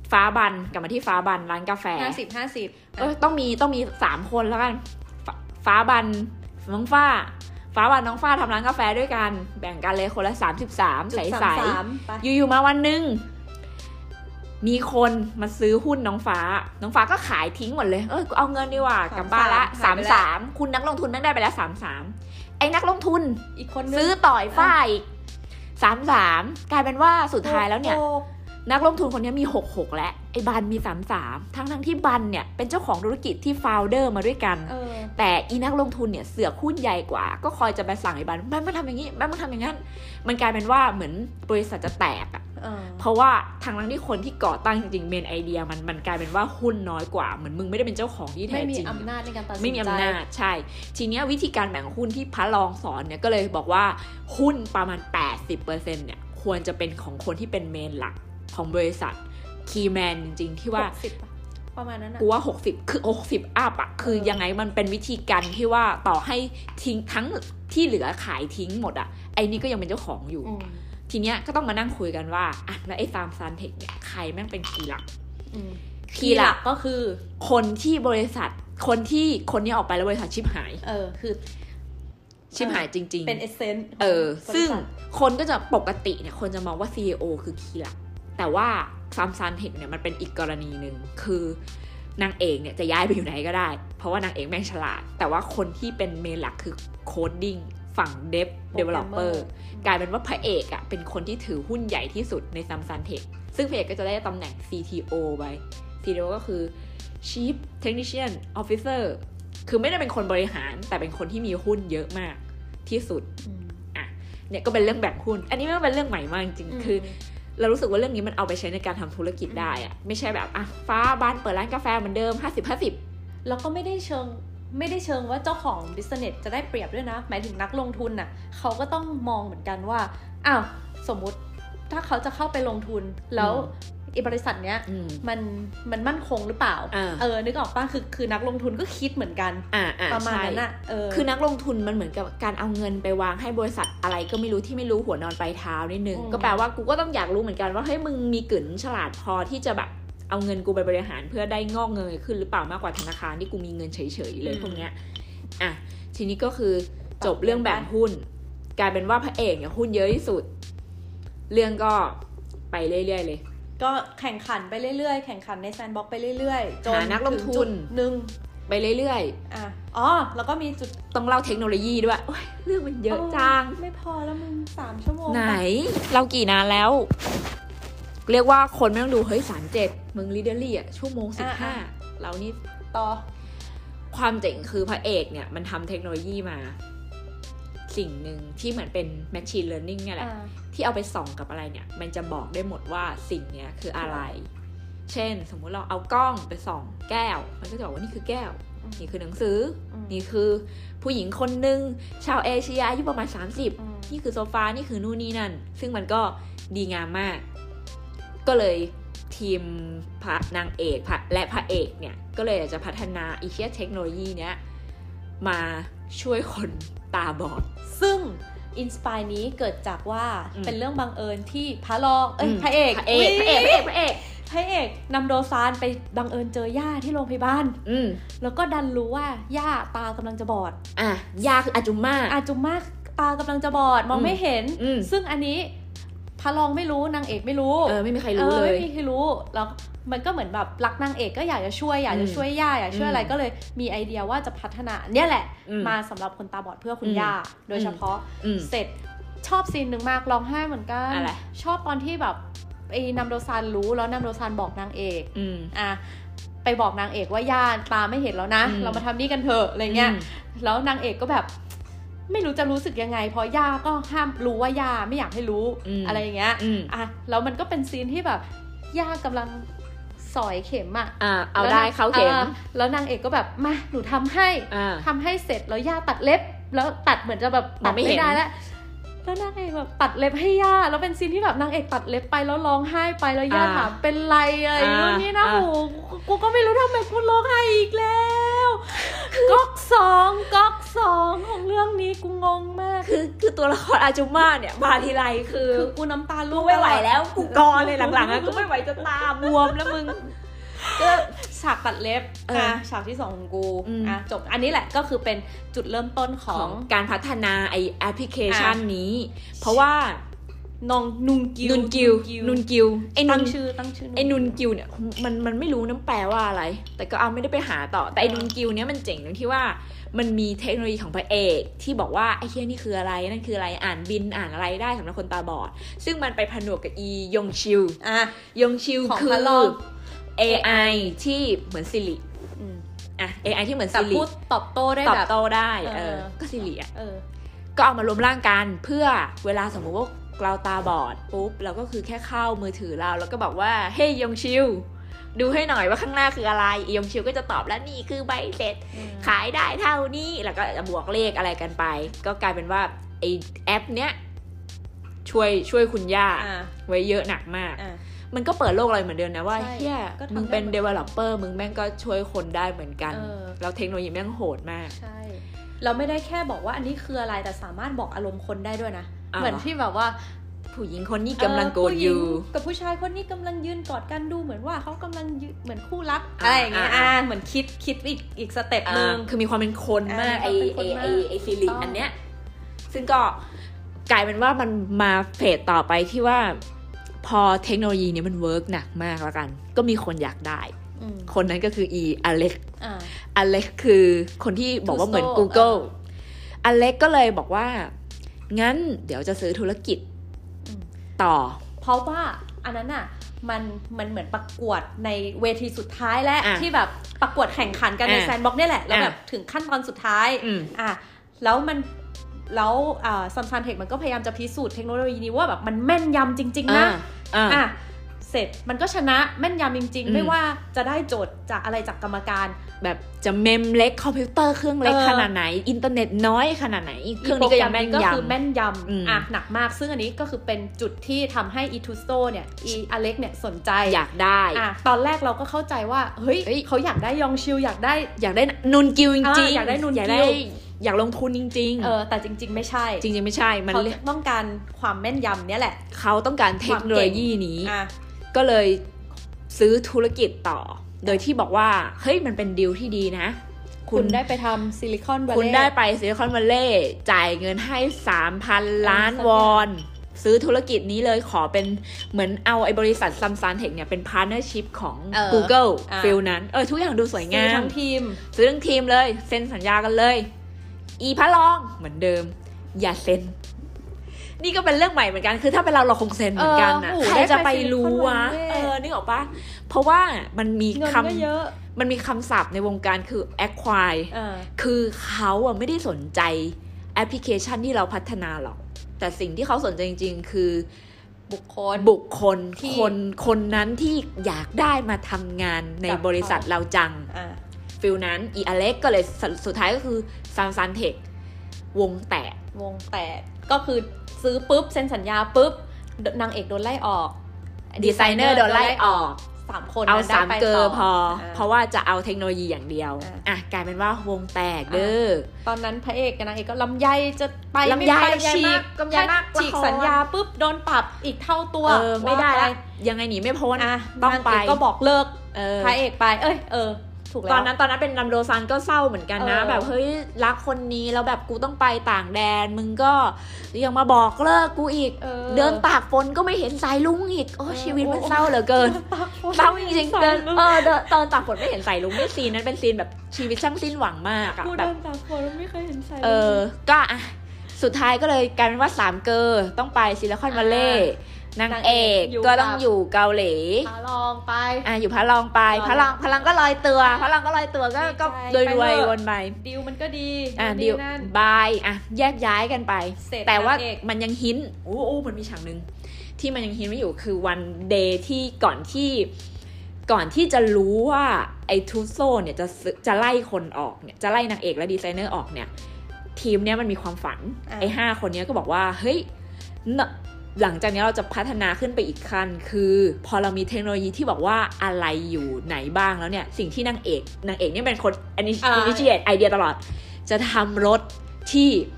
ฟ้าบันกลับมาที่ฟ้าบันร้านกาแฟห้าสิบห้าสิบเออต้องมีต้องมีสามคนแล้วกันฟ้าบันน้องฟ้าฟ้าบันน้องฟ้าทำร้านกาแฟด้วยกันแบ่งกันเลยคนละสามสิบสามใสๆอยู่ๆมาวันนึงมีคนมาซื้อหุ้นน้องฟ้าน้องฟ้าก็ขายทิ้งหมดเลยเออกูเอาเงินดีกว่ากลับบ้านละสามสามคุณนักลงทุนแม่งได้ไปแล้วสามสามไอ้นักลงทุนอีกคนซื้อต่อยฝ้ายสามสามกลายเป็นว่าสุดท้ายแล้วเนี่ยนักลงทุนคนนี้มีหกสิบหกแล้วไอ้บันมีสามสิบสามทั้งทั้งที่บันเนี่ยเป็นเจ้าของธุรกิจที่ฟาวเดอร์มาด้วยกันแต่อีนักลงทุนเนี่ยเสือกหุ้นใหญ่กว่าก็คอยจะไปสั่งไอ้บันแม่งไม่ทำอย่างนี้แม่งไม่ทำอย่างนั้นมันกลายเป็นว่าเหมือนบริษัทจะแตกอ่ะเพราะว่าทางทั้งที่คนที่ก่อตั้งจริงๆเมนไอเดียมันมันกลายเป็นว่าหุ้นน้อยกว่าเหมือนมึงไม่ได้เป็นเจ้าของที่แท้จริงไม่มีอำนาจในการตัดสินใจไม่มีอำนาจใช่ทีเนี้ยวิธีการแบ่งหุ้นที่พระรองสอนเนี่ยก็เลยบอกว่าหุ้นประมาณ แปดสิบเปอร์เซ็นต์ เนี่ยควรจะเป็นของคนที่เป็นเมนหลักของบริษัทคีย์แมนจริงๆที่ว่าหกสิบประมาณนั้นนะกูว่าหกสิบคือหกสิบอัพอ่ะคือยังไงมันเป็นวิธีการที่ว่าต่อให้ทิ้งทั้งที่เหลือขายทิ้งหมดอ่ะไอ้นี่ก็ยังเป็นเจ้าของอยู่ทีเนี้ยก็ต้องมานั่งคุยกันว่าอ่ะแล้วไอ้ฟาร์มซันเทคเนี่ยใครแม่งเป็นคีย์หลักคีย์หลักก็คือคนที่บริษัทคนที่คนนี้ออกไปแล้วบริษัทชิบหายเออคือชิบหายจริงๆเป็นเอเซนส์เออซึ่งคนก็จะปกติเนี่ยคนจะมองว่า ซี อี โอ คือคีย์หลักแต่ว่าฟาร์มซันเทคเนี่ยมันเป็นอีกกรณีนึงคือนางเอกเนี่ยจะย้ายไปอยู่ไหนก็ได้เพราะว่านางเอกแม่งฉลาดแต่ว่าคนที่เป็นเมนหลักคือโคดดิ้งฝั่งเดฟเดเวลลอปเปอร์กลายเป็นว่าพระเอกอ่ะเป็นคนที่ถือหุ้นใหญ่ที่สุดในซัมซันเทคซึ่งพระเอกก็จะได้ตำแหน่ง ซี ที โอ ไป ซี ที โอ ก็คือ Chief Technician Officer คือไม่ได้เป็นคนบริหารแต่เป็นคนที่มีหุ้นเยอะมากที่สุดอ่ะเนี่ยก็เป็นเรื่องแบ่งหุ้นอันนี้ไม่เป็นเรื่องใหม่มากจริงคือเรารู้สึกว่าเรื่องนี้มันเอาไปใช้ในการทำธุรกิจได้อะไม่ใช่แบบอ่ะฟ้าบ้านเปิดร้านกาแฟเหมือนเดิม ห้าสิบ ห้าสิบแล้วก็ไม่ได้เชิงไม่ได้เชิงว่าเจ้าของบิสเนสจะได้เปรียบด้วยนะหมายถึงนักลงทุนน่ะเขาก็ต้องมองเหมือนกันว่าอ้าวสมมุติถ้าเขาจะเข้าไปลงทุนแล้วอีบริษัทเนี้ยมันมันมั่นคงหรือเปล่าเออนึกออกป่ะคือคือนักลงทุนก็คิดเหมือนกันประมาณนั้นน่ะเออคือนักลงทุนมันเหมือนกับการเอาเงินไปวางให้บริษัทอะไรก็ไม่รู้ที่ไม่รู้หัวนอนปลายเท้านิดนึงก็แปลว่ากูก็ต้องอยากรู้เหมือนกันว่าเฮ้ยมึงมีกึ๋นฉลาดพอที่จะแบบเอาเงินกูไปบริหารเพื่อได้งอกเงยขึ้นหรือเปล่ามากกว่าธนาคารที่กูมีเงินเฉยๆเลยพวกเนี้ยอ่ะทีนี้ก็คือจบเรื่องแบ่งหุ้นกลายเป็นว่าพระเอกเนี่ยหุ้นเยอะที่สุดเรื่องก็ไปเรื่อยๆเลยก็แข่งขันไปเรื่อยๆแข่งขันในแซนด์บ็อกซ์ไปเรื่อยๆจนนักลงทุนนึงไปเรื่อยๆอ่ะอ๋อแล้วก็มีจุดต้องเล่าเทคโนโลยีด้วยโอ๊ยเรื่องมันเยอะจังไม่พอแล้วมึงสามชั่วโมงไหนเรากี่นานแล้วเรียกว่าคนไม่ต้องดูเฮ้ยสามสิบเจ็ดมึงลิเดอรี่อ่ะชั่วโมงสิบห้าเรานี่ต่อความเจ๋งคือพระเอกเนี่ยมันทำเทคโนโลยีมาสิ่งหนึ่งที่เหมือนเป็น machine learning เนี่ยแหละที่เอาไปส่องกับอะไรเนี่ยมันจะบอกได้หมดว่าสิ่งเนี้ยคืออะไรเช่นสมมุติเราเอากล้องไปส่องแก้วมันก็จะบอกว่านี่คือแก้วนี่คือหนังสือนี่คือผู้หญิงคนนึงชาวเอเชียอายุประมาณสามสิบนี่คือโซฟานี่คือนู่นนี่นั่นซึ่งมันก็ดีงามมากก็เลยทีมพระนางเอกและพระเอกเนี่ยก็เลยอยากจะพัฒนาอีเชียเทคโนโลยีเนี้ยมาช่วยคนตาบอดซึ่งอินสไปร์นี้เกิดจากว่าเป็นเรื่องบังเอิญที่พระรองเอ้ยพระเอกพระเอกพระเอกพระเอกพระเอกพระเอกนำโดซานไปบังเอิญเจอย่าที่โรงพยาบาลแล้วก็ดันรู้ว่าย่าตากำลังจะบอดอ่ะย่าคืออาจุมม่าอาจุมม่าตากำลังจะบอดมองไม่เห็นซึ่งอันนี้พระรองไม่รู้นางเอกไม่รู้เออไม่มีใครรู้เลยไม่มีใครรู้แล้วมันก็เหมือนแบบรักนางเอกก็อยากจะช่วยอยากจะช่วยย่าอยากช่วยอะไรก็เลยมีไอเดียว่าจะพัฒนาเนี่ยแหละมาสำหรับคนตาบอดเพื่อคุณย่าโดยเฉพาะเสร็จชอบซีนหนึ่งมากร้องไห้เหมือนกันชอบตอนที่แบบไอ้นำโดซานรู้แล้วนำโดซานบอกนางเอกอ่ะไปบอกนางเอกว่าย่าตาไม่เห็นแล้วนะเรามาทำนี่กันเถอะอะไรเงี้ยแล้วนางเอกก็แบบไม่รู้จะรู้สึกยังไงเพราะย่าก็ห้ามรู้ว่าย่าไม่อยากให้รู้ อ, อะไรอย่างเงี้ยอ่ะแล้วมันก็เป็นซีนที่แบบย่ากำลังสอยเข็มอ่ะอ่าเอาได้เข้าเข็มแล้วนางเอกก็แบบมาหนูทำให้ทำให้เสร็จแล้วย่าตัดเล็บแล้วตัดเหมือนจะแบบตัดไม่ได้แล้วแล้วนางเอกแบบตัดเล็บให้ย่าแล้วเป็นซีนที่แบบนางเอกตัดเล็บไปแล้วร้องไห้ไปแล้วย่าถามเป็นไรอะไรนู่นนี่นะโหกูก็ไม่รู้ทำไมกูร้องไห้อีกแล้วก๊อกสองก๊อกสองของเรื่องนี้กูงงมากคือคือตัวละครอาจุม่าเนี่ยมาทีไรคือคือกูน้ำตาลูกไม่ไหวแล้วกูกอเลยหลังๆอ่ะกูไม่ไหวจะตาบวมแล้วมึงก็ฉากตัดเล็บอ่ะฉากที่สองของกูอ่ะจบอันนี้แหละก็คือเป็นจุดเริ่มต้นของการพัฒนาไอแอปพลิเคชันนี้เพราะว่าน้องนุนกิวนุนกิวนุนกิวไอ้ตั้งชื่อตั้งชื่อไอ้นุนกิวเนี่ยมันมันไม่รู้น้ำแปลว่าอะไรแต่ก็เอาไม่ได้ไปหาต่อแต่ไอ้นุนกิวเนี่ยมันเจ๋งตรงที่ว่ามันมีเทคโนโลยีของพระเอกที่บอกว่าไอ้เหี้ยนี่คืออะไรนั่นคืออะไรอ่านบินอ่านอะไรได้สำหรับคนตาบอดซึ่งมันไปผนวกกับอียงชิวอ่ะยงชิวคือ เอ ไอ ที่เหมือนซิริอ่ะ เอ ไอ ที่เหมือนซิริพูดตอบโต้ได้แบบตอบโต้ได้เออก็ซิริอ่ะก็เอามารวมร่างกันเพื่อเวลาสมมติว่าเราตาบอดปุ๊บเราก็คือแค่เข้ามือถือเราแล้วก็บอกว่าเฮ้ยยงชิวดูให้หน่อยว่าข้างหน้าคืออะไรยงชิวก็จะตอบแล้วนี่คือใบเสร็จขายได้เท่านี้แล้วก็จะบวกเลขอะไรกันไปก็กลายเป็นว่าไอแอปเนี้ยช่วยช่วยคุณย่าไว้เยอะหนักมากมันก็เปิดโลกอะไรเหมือนเดิมนะว่าเฮียมึงเป็น developer มึงแม่งก็ช่วยคนได้เหมือนกันแล้วเทคโนโลยีแม่งโหดมากใช่เราไม่ได้แค่บอกว่าอันนี้คืออะไรแต่สามารถบอกอารมณ์คนได้ด้วยนะเหมือนที่แบบว่าผู้หญิงคนนี้กำลังโกรธอยู่กับผู้ชายคนนี้กำลังยืนกอดกันดูเหมือนว่าเขากำลังเหมือนคู่รักอะไรอย่างเงี้ยอ่าเหมือนคิดคิดอีกอีกสเต็ปนึงคือมีความเป็นคนมากไอไอไอไอฟีลิ่งอันเนี้ยซึ่งก็กลายเป็นว่ามันมาเฟสต่อไปที่ว่าพอเทคโนโลยีนี้มันเวิร์กหนักมากแล้วกันก็มีคนอยากได้คนนั้นก็คืออีอเล็กอเล็กคือคนที่บอกว่าเหมือน Google อเล็กก็เลยบอกว่างั้นเดี๋ยวจะซื้อธุรกิจต่อเพราะว่าอันนั้นน่ะมันมันเหมือนประกวดในเวทีสุดท้ายและที่แบบประกวดแข่งขันกันในแซนด์บ็อกซ์นี่แหละแล้วแบบถึงขั้นตอนสุดท้ายอ่ะแล้วมันแล้วอ่าซัมซุงเทคมันก็พยายามจะพิสูจน์เทคโนโลยีนี้ว่าแบบมันแม่นยำจริงๆนะอ่ะเสร็จมันก็ชนะแม่นยำจริงๆไม่ว่าจะได้โจทย์จากอะไรจากกรรมการแบบจะเมมเล็กคอมพิวเตอร์เครื่องเล็กขนาดไหนอินเทอร์เน็ตน้อยขนาดไหนเครื่องนี้ก็ยังแม่นยำก็คือแม่นยำอ่ะหนักมากซึ่งอันนี้ก็คือเป็นจุดที่ทำให้อีทูสโตเนี่ยอีอเล็กเนี่ยสนใจอยากได้อ่ะตอนแรกเราก็เข้าใจว่าเฮ้ยเขาอยากได้ยองชิลอยากได้อยากได้นุนกิวจริงๆอยากได้นุนกิวอยากลงทุนจริงๆเออแต่จริงๆไม่ใช่จริงๆไม่ใช่มันเขาต้องการความแม่นยำเนี่ยแหละเขาต้องการเทคโนโลยีนี้ก็เลยซื้อธุรกิจต่อโดยที่บอกว่าเฮ้ยมันเป็นดีลที่ดีนะคุณได้ไปทำซิลิคอนวัลเลย์คุณได้ไปซิลิคอนวัลเลย์จ่ายเงินให้ สามพัน ล้านวอนซื้อธุรกิจนี้เลยขอเป็นเหมือนเอาไอ้บริษัทซัมซุงเทคเนี่ยเป็นพาร์ทเนอร์ชิพของ Google ฟิลนั้นเออทุกอย่างดูสวยงามซื้อทั้งทีมซื้อทั้งทีมเลยเซ็นสัญญากันเลยอีพระรองเหมือนเดิมอย่าเซ็นนี่ก็เป็นเรื่องใหม่เหมือนกันคือถ้าเป็นเราเราคงเซ็นเหมือนกันนะใครจะไปรู้วะเออนึกออกปะเพราะว่ามันมีคำมันมีคำศัพท์ในวงการคือ acquire คือเขาอะไม่ได้สนใจแอปพลิเคชันที่เราพัฒนาหรอกแต่สิ่งที่เขาสนใจจริงๆคือบุคคลบุคคลคนคนนั้นที่อยากได้มาทำงานในบริษัทเราจังฟิลนั้นอีอเล็กก็เลยสุดท้ายก็คือซัมซุงเทควงแตกวงแตกก็คือซื้อปุ๊บเซ็นสัญญาปุ๊บนางเอกโดนไล่ออกดีไซเนอร์โดนไล่ออกสามคนเอาสามเกอร์พอเพราะว่าจะเอาเทคโนโลยีอย่างเดียวอ่ะกลายเป็นว่าวงแตกเด้อตอนนั้นพระเอกกับนางเอกก็ลำไยจะไปไม่ไปฉีกฉีกสัญญาปุ๊บโดนปรับอีกเท่าตัวไม่ได้แล้วยังไงหนีไม่พ้นต้องไปก็บอกเลิกพระเอกไปเอ้ยเออตอนนั้นตอนนั้นเป็นรัมโดซันก็เศร้าเหมือนกันนะแบบเฮ้ยรักคนนี้แล้วแบบกูต้องไปต่างแดนมึงก็ยังมาบอกเลิกกูอีกเดินตากฝนก็ไม่เห็นสายลุงอีกโอ้ชีวิตมันเศร้าเหลือเกินเศร้าจริงๆเดินเออเดินตอนตากฝนไม่เห็นสายลุงนี่ซีนนั้นเป็นซีนแบบชีวิตช่างสิ้นหวังมากอะแบบเดินตากฝนไม่เคยเห็นสายลุงเออก็อ่ะสุดท้ายก็เลยกลายเป็นว่าสามเกอร์ต้องไปซิลิคอนวัลเลย์นางเอกก็ต้องอยู่เกาหลีพระรองไปอ่ะอยู่พระรองไปพระรองพระรองก็ลอยตัวพระรองก็ลอยตัวก็ก็โดยรวยวนไปดีลมันก็ดีอ่ะดีลบายอ่ะแยกย้ายกันไปแต่ว่ามันยังหินโอ้โอ้มันมีฉากนึงที่มันยังหินไม่อยู่คือวันเดย์ที่ก่อนที่ก่อนที่จะรู้ว่าไอ้ทูโซเนี่ยจะจะไล่คนออกเนี่ยจะไล่นางเอกและดีไซเนอร์ออกเนี่ยทีมเนี้ยมันมีความฝันไอ้ห้าคนเนี้ยก็บอกว่าเฮ้ยหลังจากนี้เราจะพัฒนาขึ้นไปอีกขั้นคือพอเรามีเทคโนโลยีที่บอกว่าอะไรอยู่ไหนบ้างแล้วเนี่ยสิ่งที่นางเอกนางเอกเนี่ยเป็นคนอินิชิเอตไอเดียตลอดจะทำรถที่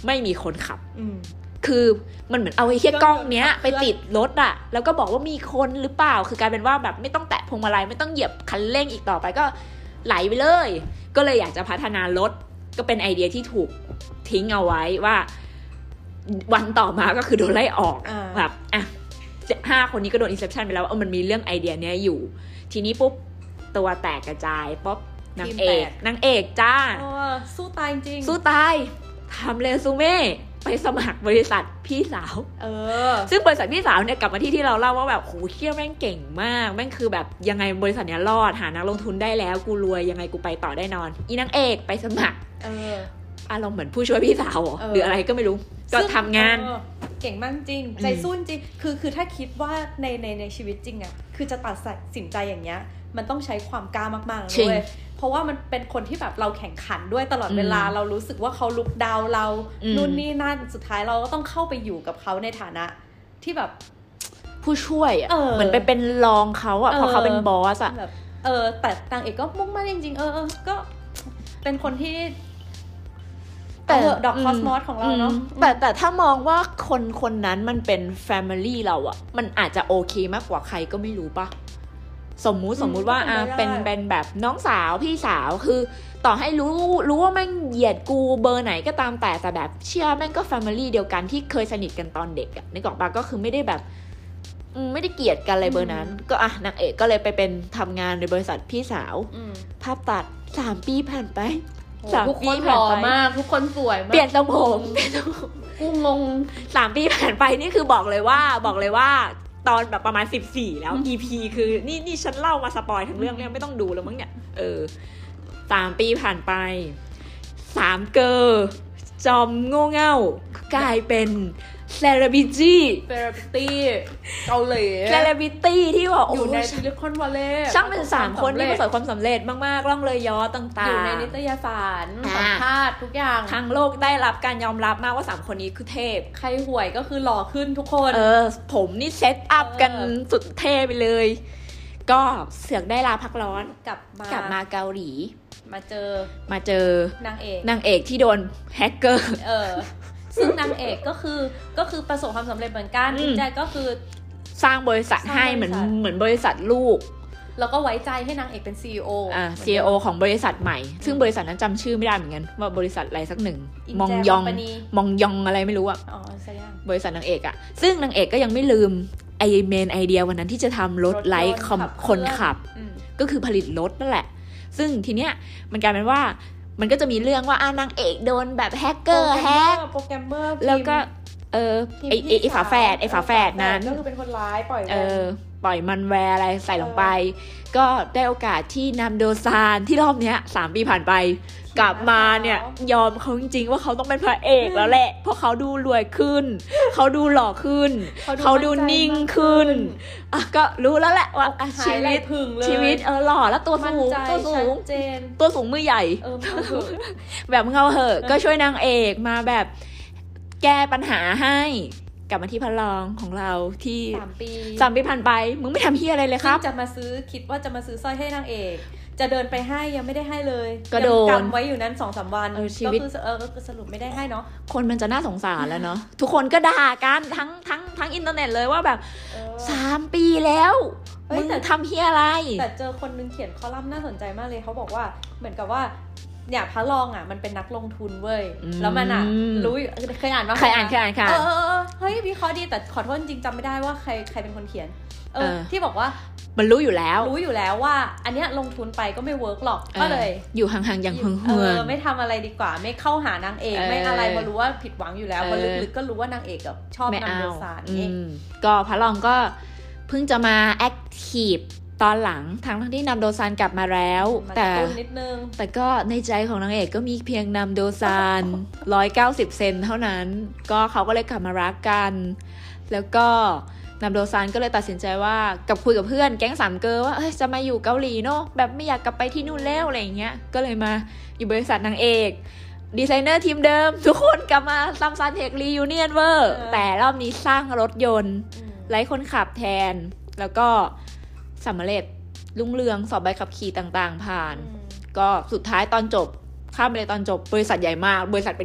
ไม่มีคนขับคือมันเหมือนเอาไอ้แค่กล้องเนี้ยไปติดรถอะแล้วก็บอกว่ามีคนหรือเปล่าคือกลายเป็นว่าแบบไม่ต้องแตะพวงมาลัยไม่ต้องเหยียบคันเร่งอีกต่อไปก็ไหลไปเลยก็เลยอยากจะพัฒนารถก็เป็นไอเดียที่ถูกทิ้งเอาไว้ว่าวันต่อมาก็คือโดนไล่ออกแบบอ่ะห้าคนนี้ก็โดน Inception ไปแล้วว่ามันมีเรื่องไอเดียเนี้ยอยู่ทีนี้ปุ๊บตัวแตกกระจายป๊บนางเอกนางเอกจ้าสู้ตายจริงสู้ตายทำเรซูเม่ไปสมัครบริษัทพี่สาวเออซึ่งบริษัทพี่สาวเนี่ยกลับมาที่ที่เราเล่าว่าแบบโหเชี่ยแม่งเก่งมากแม่งคือแบบยังไงบริษัทเนี้ยรอดหานักลงทุนได้แล้วกูรวยยังไงกูไปต่อได้นอนอีนางเอกไปสมัครเอออารมณ์เหมือนผู้ช่วยพี่สาวหรืออะไรก็ไม่รู้ก็ทำงานเก่งมากจริงใจสู้จริงคือคือถ้าคิดว่าในในในชีวิตจริงอ่ะคือจะตัดสินใจอย่างเงี้ยมันต้องใช้ความกล้ามากๆเลยเพราะว่ามันเป็นคนที่แบบเราแข่งขันด้วยตลอดเวลาเรารู้สึกว่าเขาลุกดาวเรานู่นนี่นั่นสุดท้ายเราก็ต้องเข้าไปอยู่กับเขาในฐานะที่แบบผู้ช่วยอ่ะเหมือนไปเป็นรองเขาอ่ะเพราะเขาเป็นบอสอ่ะเออแต่นางเอกก็มุ่งมั่นจริงๆเออก็เป็นคนที่แต่ดอกคอสมอสของเราเนาะแต่แต่ถ้ามองว่าคนคนนั้นมันเป็นแฟมิลี่เราอ่ะมันอาจจะโอเคมากกว่าใครก็ไม่รู้ป่ะสมมุติสมมุติว่าอ่ะเป็นเป็นแบบน้องสาวพี่สาวคือต่อให้รู้รู้ว่าแม่งเหยียดกูเบอร์ไหนก็ตามแต่แต่แบบเชื่อแม่งก็แฟมิลี่เดียวกันที่เคยสนิทกันตอนเด็กอ่ะนึกออกป่ะก็คือไม่ได้แบบไม่ได้เกลียดกันอะไรเบอร์นั้นก็อ่ะนางเอกก็เลยไปเป็นทำงานในบริษัทพี่สาวภาพตัดสามปีผ่านไปทุกคนหล่อมากทุกคนสวยมากเปลี่ยนทรงผมกูงงสามปีผ่านไปนี่คือบอกเลยว่าบอกเลยว่าตอนแบบประมาณสิบสี่แล้ว อี พี คือนี่นี่ฉันเล่ามาสปอยทั้งเรื่องเนี่ยไม่ต้องดูแล้วมั้งเนี่ยเออสามปีผ่านไปสามเกอร์จอมโง่เง่ากลายเป็นเซเลบริตี้เซเลบริตี้เกาหลีเซเลบริตี้ที่บอกอยู่ในซิลิคอนวัลเลย์ช่างเป็นสามคนที่ประสบความสำเร็จมากๆล่องเลยย้อต่างๆอยู่ในนิตยสารสัมภาษณ์ทุกอย่างทั้งโลกได้รับการยอมรับมากว่าสามคนนี้คือเทพใครห่วยก็คือหล่อขึ้นทุกคนเออผมนี่เซตอัพกันสุดเท่ไปเลยก็เสือกได้ลาพักร้อนกลับมากลับมาเกาหลีมาเจอมาเจอนางเอกนางเอกที่โดนแฮกเกอร์เออซึ่งนางเอกก็คือก็คือประสบความสำเร็จเหมือนกันจริงๆก็คือสร้างบริษัทให้เหมือนเหมือนบริษัทลูกแล้วก็ไว้ใจให้นางเอกเป็น ซี อี โออ่า ซี อี โอ ของบริษัทใหม่ซึ่งบริษัทนั้นจำชื่อไม่ได้เหมือนกันว่าบริษัทอะไรสักหนึ่งมองยองมองยองอะไรไม่รู้อ่ะอ๋อใช่บริษัทนางเอกอ่ะซึ่งนางเอกก็ยังไม่ลืมไอเมนไอเดียวันนั้นที่จะทำรถไร้คนขับก็คือผลิตรถนั่นแหละซึ่งทีเนี้ยมันกลายเป็นว่ามันก็จะมีเรื่องว่าอ่านางเอกโดนแบบแฮกเกอร์แฮกโปรแกรมเมอร์แล้วก็เออไอไอฝาแฝดไอฝาแฝดนั้นก็คือเป็นคนร้ายปล่อยเออปล่อยมันแวร์อะไรใส่ลงไปก็ได้โอกาสที่นำโดซานที่รอบเนี้ยสามปีผ่านไปกลับมาเนี่ยยอมเขาจริงๆว่าเขาต้องเป็นพระเอกแล้วแหละเพราะเขาดูรวยขึ้นเขาดูหล่อขึ้นเขาดูนิ่งขึ้นอ่ะก็รู้แล้วแหละว่าชีวิตชีวิตเออหล่อแล้วตัวสูงตัวสูงตัวสูงมือใหญ่แบบมึงเอาเหอะก็ช่วยนางเอกมาแบบแก้ปัญหาให้กลับมาที่พระรองของเราที่สามปีสามปีผ่านไปมึงไม่ทำเฮียอะไรเลยครับจะมาซื้อคิดว่าจะมาซื้อสร้อยให้นางเอกจะเดินไปให้ยังไม่ได้ให้เลยก็โดนกำไว้อยู่นั้น สองสาม วันก็คือเออสรุปไม่ได้ให้เนาะคนมันจะน่าสงสารแล้วเนาะทุกคนก็ด่ากันทั้งทั้งทั้งอินเทอร์เน็ตเลยว่าแบบสามปีแล้วมึงทำเฮียอะไรแต่เจอคนนึงเขียนคอลัมน์น่าสนใจมากเลยเขาบอกว่าเหมือนกับว่าเนี่ยพระรองอ่ะมันเป็นนักลงทุนเว้ยแล้วมันอ่ะรู้เคยอ่านว่าเคยอ่านเคยอ่านค่ะเออเฮ้ยวิเคราะห์ดีแต่ขอโทษจริงจำไม่ได้ว่าใครใครเป็นคนเขียนเออที่บอกว่ามันรู้อยู่แล้วรู้อยู่แล้วว่าอันเนี้ยลงทุนไปก็ไม่เวิร์กหรอกก็เลยอยู่ห่างๆอย่างเฮืองเออไม่ทำอะไรดีกว่าไม่เข้าหานางเอกไม่อะไรมารู้ว่าผิดหวังอยู่แล้วเพราะลึกๆก็รู้ว่านางเอกกับชอบนำโดสารเองก็พระรองก็เพิ่งจะมาแอคทีฟตอนหลังทั้งทั้งที่นำโดซานกลับมาแล้วแต่แต่ก็ในใจของนางเอกก็มีเพียงนำโดซานหนึ่งร้อยเก้าสิบเซนเท่านั้นก็เขาก็เลยกลับมารักกันแล้วก็นำโดซานก็เลยตัดสินใจว่ากับคุยกับเพื่อนแก๊งสามเกอว่าเอ้ยจะมาอยู่เกาหลีเนาะแบบไม่อยากกลับไปที่นู่นแล้วอะไรอย่างเงี้ยก็เลยมาอยู่บริษัทนางเอกดีไซเนอร์ทีมเดิมทุกคนกลับมาซัมซันเทครียูเนียนเวอร์แต่รอบนี้สร้างรถยนต์ไร้คนขับแทนแล้วก็สำเร็จรุ่งเรืองสอบใบขับขี่ต่างๆผ่านก็สุดท้ายตอนจบข้ามไปเลยตอนจบบริษัทใหญ่มากบริษัทเป็น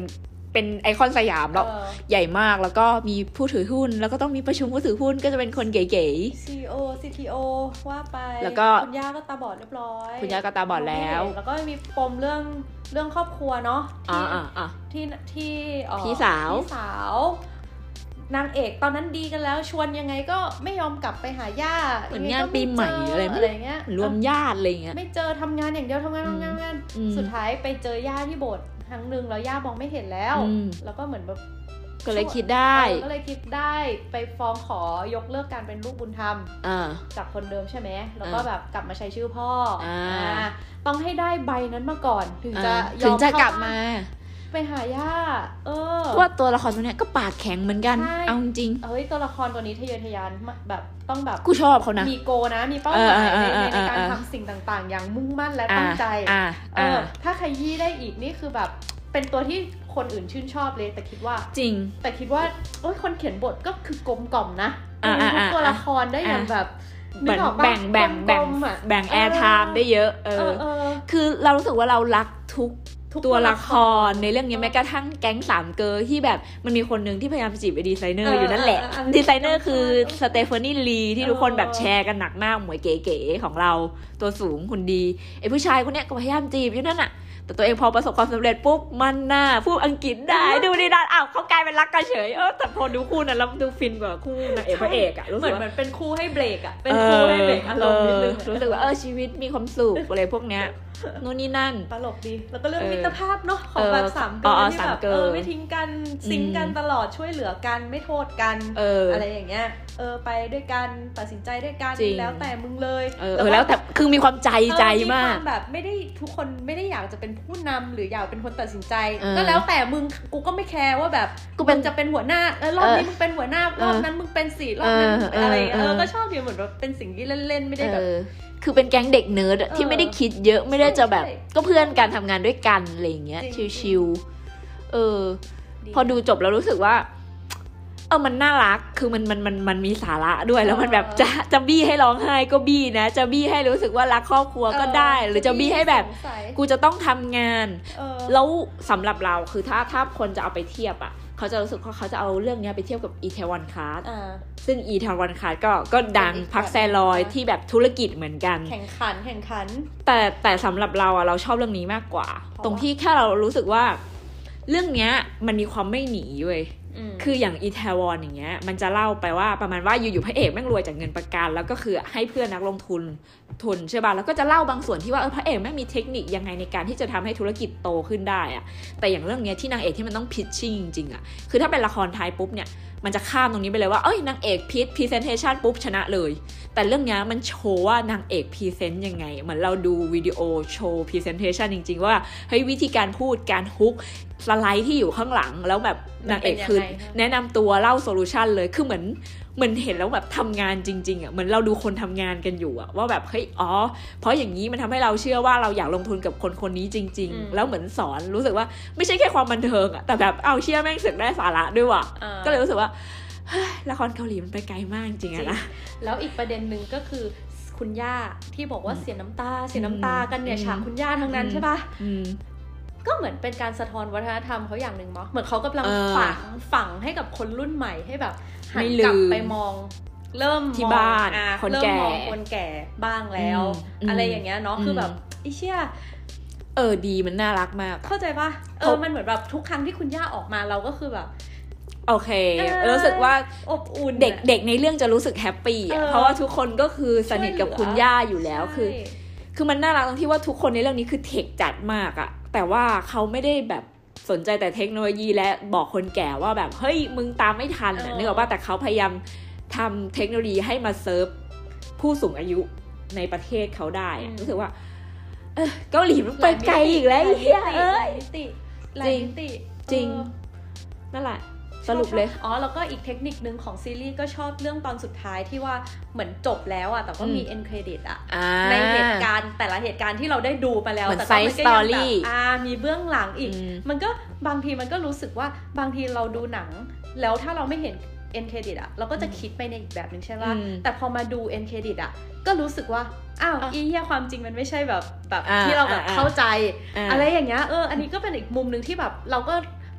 เป็นไอคอนสยามแล้วใหญ่มากแล้วก็มีผู้ถือหุ้นแล้วก็ต้องมีประชุมผู้ถือหุ้นก็จะเป็นคนเก๋ๆ ซี อี โอ ซี ที โอ ว่าไปแล้วก็คุณย่าก็ตาบอดเรียบร้อยคุณย่าก็ตาบอดแล้วแล้วก็มีปมเรื่องเรื่องครอบครัวเนาะที่ที่ที่พี่สาวพี่สาวนางเอกตอนนั้นดีกันแล้วชวนยังไงก็ไม่ยอมกลับไปหาย่าเหมือนงานปีใหม่อะไรอะไรเงี้ยรวมญาติอะไรเงี้ยไม่เจอทำงานอย่างเดียวทำงานทำงานงานสุดท้ายไปเจอย่าที่โบสถ์ครั้งนึงแล้วย่ามองไม่เห็นแล้วแล้วก็เหมือนแบบก็เลยคิดได้ก็เลยคิดได้ไปฟ้องขอยกเลิกการเป็นลูกบุญธรรมจากคนเดิมใช่ไหมแล้วก็แบบกลับมาใช้ชื่อพ่อต้องให้ได้ใบนั้นมาก่อนถึงจะยอมถึงจะกลับมาไปหาย่าเออว่าตัวละครตัวเนี้ยก็ปากแข็งเหมือนกันเอาจริงเอ้ยตัวละครตัวนี้ทะเยอทะยานแบบต้องแบบกูชอบเขานะมีโกนะมีเป้าหมายในในการทำสิ่งต่างๆอย่างมุ่งมั่นและตั้งใจเออถ้าขยี้ได้อีกนี่คือแบบเป็นตัวที่คนอื่นชื่นชอบเลยแต่คิดว่าจริงแต่คิดว่าโอ้ยคนเขียนบทก็คือกลมกล่อมนะทุกตัวละครได้อย่างแบบแบ่งแบ่งแบ่งแบ่งแบ่งแอร์ไทม์ได้เยอะเออคือเรารู้สึกว่าเรารักทุกตัวละครในเรื่องนี้แม้กระทั่งแก๊งสามเกอร์ที่แบบมันมีคนนึงที่พยายามจีบไอ้ดีไซเนอร์อยู่นั่นแหละดีไซเนอร์คือสเตฟานีลีที่ทุกคนแบบแชร์กันหนักมากหมวยเก๋ๆของเราตัวสูงคนดีไอ้ผู้ชายคนนี้ก็พยายามจีบอยู่นั่นน่ะแต่ตัวเองพอประสบความสำเร็จปุ๊บมันน่าพูดอังกฤษได้ดูดีด้านอ้าวเขากลายเป็นรักกันเฉยเออแต่พอดูคู่นั้นแล้วดูฟินกว่าคู่นางเอกพระเอกอะรู้สึกเหมือนเป็นคู่ให้เบรกอะเป็นคู่ให้เบรกอารมณ์นิดนึงรู้สึกว่าเออชีวิตมีความสุขอะไรพวกเนี้ยนู่นนี่นั่นตลกดีแล้วก็เรื่องมิตรภาพเนาะของแบบสามเกิร์ลที่แบบเออไม่ทิ้งกันซิงกันตลอดช่วยเหลือกันไม่โทษกันอะไรอย่างเงี้ยเออไปด้วยกันตัดสินใจด้วยกันแล้วแต่มึงเลยเออแล้วแต่คือมีความใจใจมากแบบไม่ได้ทุกคนไม่ได้อยากจะเป็นผู้นำหรืออยากเป็นคนตัดสินใจก็แล้วแต่มึงกูก็ไม่แคร์ว่าแบบกูเป็นจะเป็นหัวหน้ารอบนี้มึงเป็นหัวหน้ารอบนั้นมึงเป็นสี่รอบนั้นอะไรเออก็ชอบดีเหมือนแบบเป็นสิ่งที่เล่นๆไม่ได้แบบคือเป็นแก๊งเด็กเนิร์ดที่ไม่ได้คิดเยอะไม่ได้จะแบบก็เพื่อนกันทำงานด้วยกันอะไรอย่างเงี้ยชิลๆเออพอดูจบแล้วรู้สึกว่าเออมันน่ารักคือมันมันมันมันมีสาระด้วยแล้วมันแบบจะจะบี้ให้ร้องไห้ก็บี้นะจะบี้ให้รู้สึกว่ารักครอบครัวก็ได้หรือจะบี้ให้แบบกูจะต้องทำงานแล้วสำหรับเราคือถ้าถ้าคนจะเอาไปเทียบอ่ะเขาจะรู้สึกว่าเขาจะเอาเรื่องนี้ไปเทียบกับอีเทวันคาร์ดซึ่งอีเทวันคาร์ดก็ก็ดังพักแซลอยที่แบบธุรกิจเหมือนกันแข่งขันแข่งขันแต่แต่สำหรับเราอะเราชอบเรื่องนี้มากกว่าตรงที่แค่เรารู้สึกว่าเรื่องนี้มันมีความไม่หนีเว้ยคืออย่างอีเทวอนอย่างเงี้ยมันจะเล่าไปว่าประมาณว่าอยู่ๆพระเอกแม่งรวยจากเงินประกันแล้วก็คือให้เพื่อนนักลงทุนทุนใช่ป่ะแล้วก็จะเล่าบางส่วนที่ว่าเออพระเอกแม่งมีเทคนิคยังไงในการที่จะทำให้ธุรกิจโตขึ้นได้อะแต่อย่างเรื่องเนี้ยที่นางเอกที่มันต้องพิชชิ่งจริงๆอะคือถ้าเป็นละครไทยปุ๊บเนี่ยมันจะข้ามตรงนี้ไปเลยว่าเอ้ยนางเอกพิชพรีเซนเทชันปุ๊บชนะเลยแต่เรื่องนี้มันโชว์ว่านางเอกพรีเซนต์ยังไงเหมือนเราดูวิดีโอโชว์พรีเซนเทชันจริงๆว่าเฮ้ยวิธีการพูดการฮุกสไลด์ที่อยู่ข้างหลังแล้วแบบนางเอกคือแนะนำตัวเล่าโซลูชันเลยคือเหมือนเหมือนเห็นแล้วแบบทำงานจริงๆอ่ะเหมือนเราดูคนทำงานกันอยู่อ่ะว่าแบบเฮ้ยอ๋อเพราะอย่างนี้มันทำให้เราเชื่อว่าเราอยากลงทุนกับคนคนนี้จริงๆแล้วเหมือนสอนรู้สึกว่าไม่ใช่แค่ความบันเทิงอ่ะแต่แบบเอาเชื่อแม่งสึกได้สาระด้วยว่ะก็เลยรู้สึกว่าละครเกาหลีมันไปไกลมากจริงอะนะแล้วอีกประเด็นหนึ่งก็คือคุณย่าที่บอกว่าเสียน้ำตาเสียน้ำตากันเนี่ยฉากคุณย่าทั้งนั้นใช่ปะก็เหมือนเป็นการสะท้อนวัฒนธรรมเขาอย่างหนึ่งมั้งเหมือนเขากำลังฝังฝังให้กับคนรุ่นใหม่ให้แบบหันกลับไปมองเริ่มที่บ้านคนแก่เริ่มมองคนแก่บ้างแล้วอะไรอย่างเงี้ยเนาะคือแบบไอ้เชี่ยเออดีมันน่ารักมากเข้าใจปะเออมันเหมือนแบบทุกครั้งที่คุณย่าออกมาเราก็คือแบบโอเครู้สึกว่าอบอุ่นเด็กเด็กในเรื่องจะรู้สึกแฮปปี้อ่ะเพราะว่าทุกคนก็คือสนิทกับคุณย่าอยู่แล้วคือคือมันน่ารักตรงที่ว่าทุกคนในเรื่องนี้คือเทคจัดมากอ่ะแต่ว่าเขาไม่ได้แบบสนใจแต่เทคโนโลยีและบอกคนแก่ว่าแบบเฮ้ยมึงตามไม่ทันอ่ะนึกออกป่ะแต่เขาพยายามทำเทคโนโลยีให้มาเซิร์ฟผู้สูงอายุในประเทศเขาได้อ่ะรู้สึกว่าเออเกาหลีมันไปไกลอีกแล้วเฮียเอ้ยจริงจริงนั่นแหละสรุปเลยอ๋อแล้วก็อีกเทคนิคนึงของซีรีส์ก็ชอบเรื่องตอนสุดท้ายที่ว่าเหมือนจบแล้วอ่ะแต่ก็มีเอ็นเครดิตอ่ะในเหตุการณ์แต่ละเหตุการณ์ที่เราได้ดูไปแล้วแต่ก็มันก็ยังแบบอ่ามีเบื้องหลังอีกมันก็บางทีมันก็รู้สึกว่าบางทีเราดูหนังแล้วถ้าเราไม่เห็นเอ็นเครดิตอ่ะเราก็จะคิดไปในอีกแบบนึงใช่ป่ะแต่พอมาดูเอ็นเครดิตอ่ะก็รู้สึกว่าอ้าวอีเหี้ยความจริงมันไม่ใช่แบบแบบที่เราแบบเข้าใจอะไรอย่างเงี้ยเอออันนี้ก็เป็นอีกมุมนึงที่แบบเราก็ไป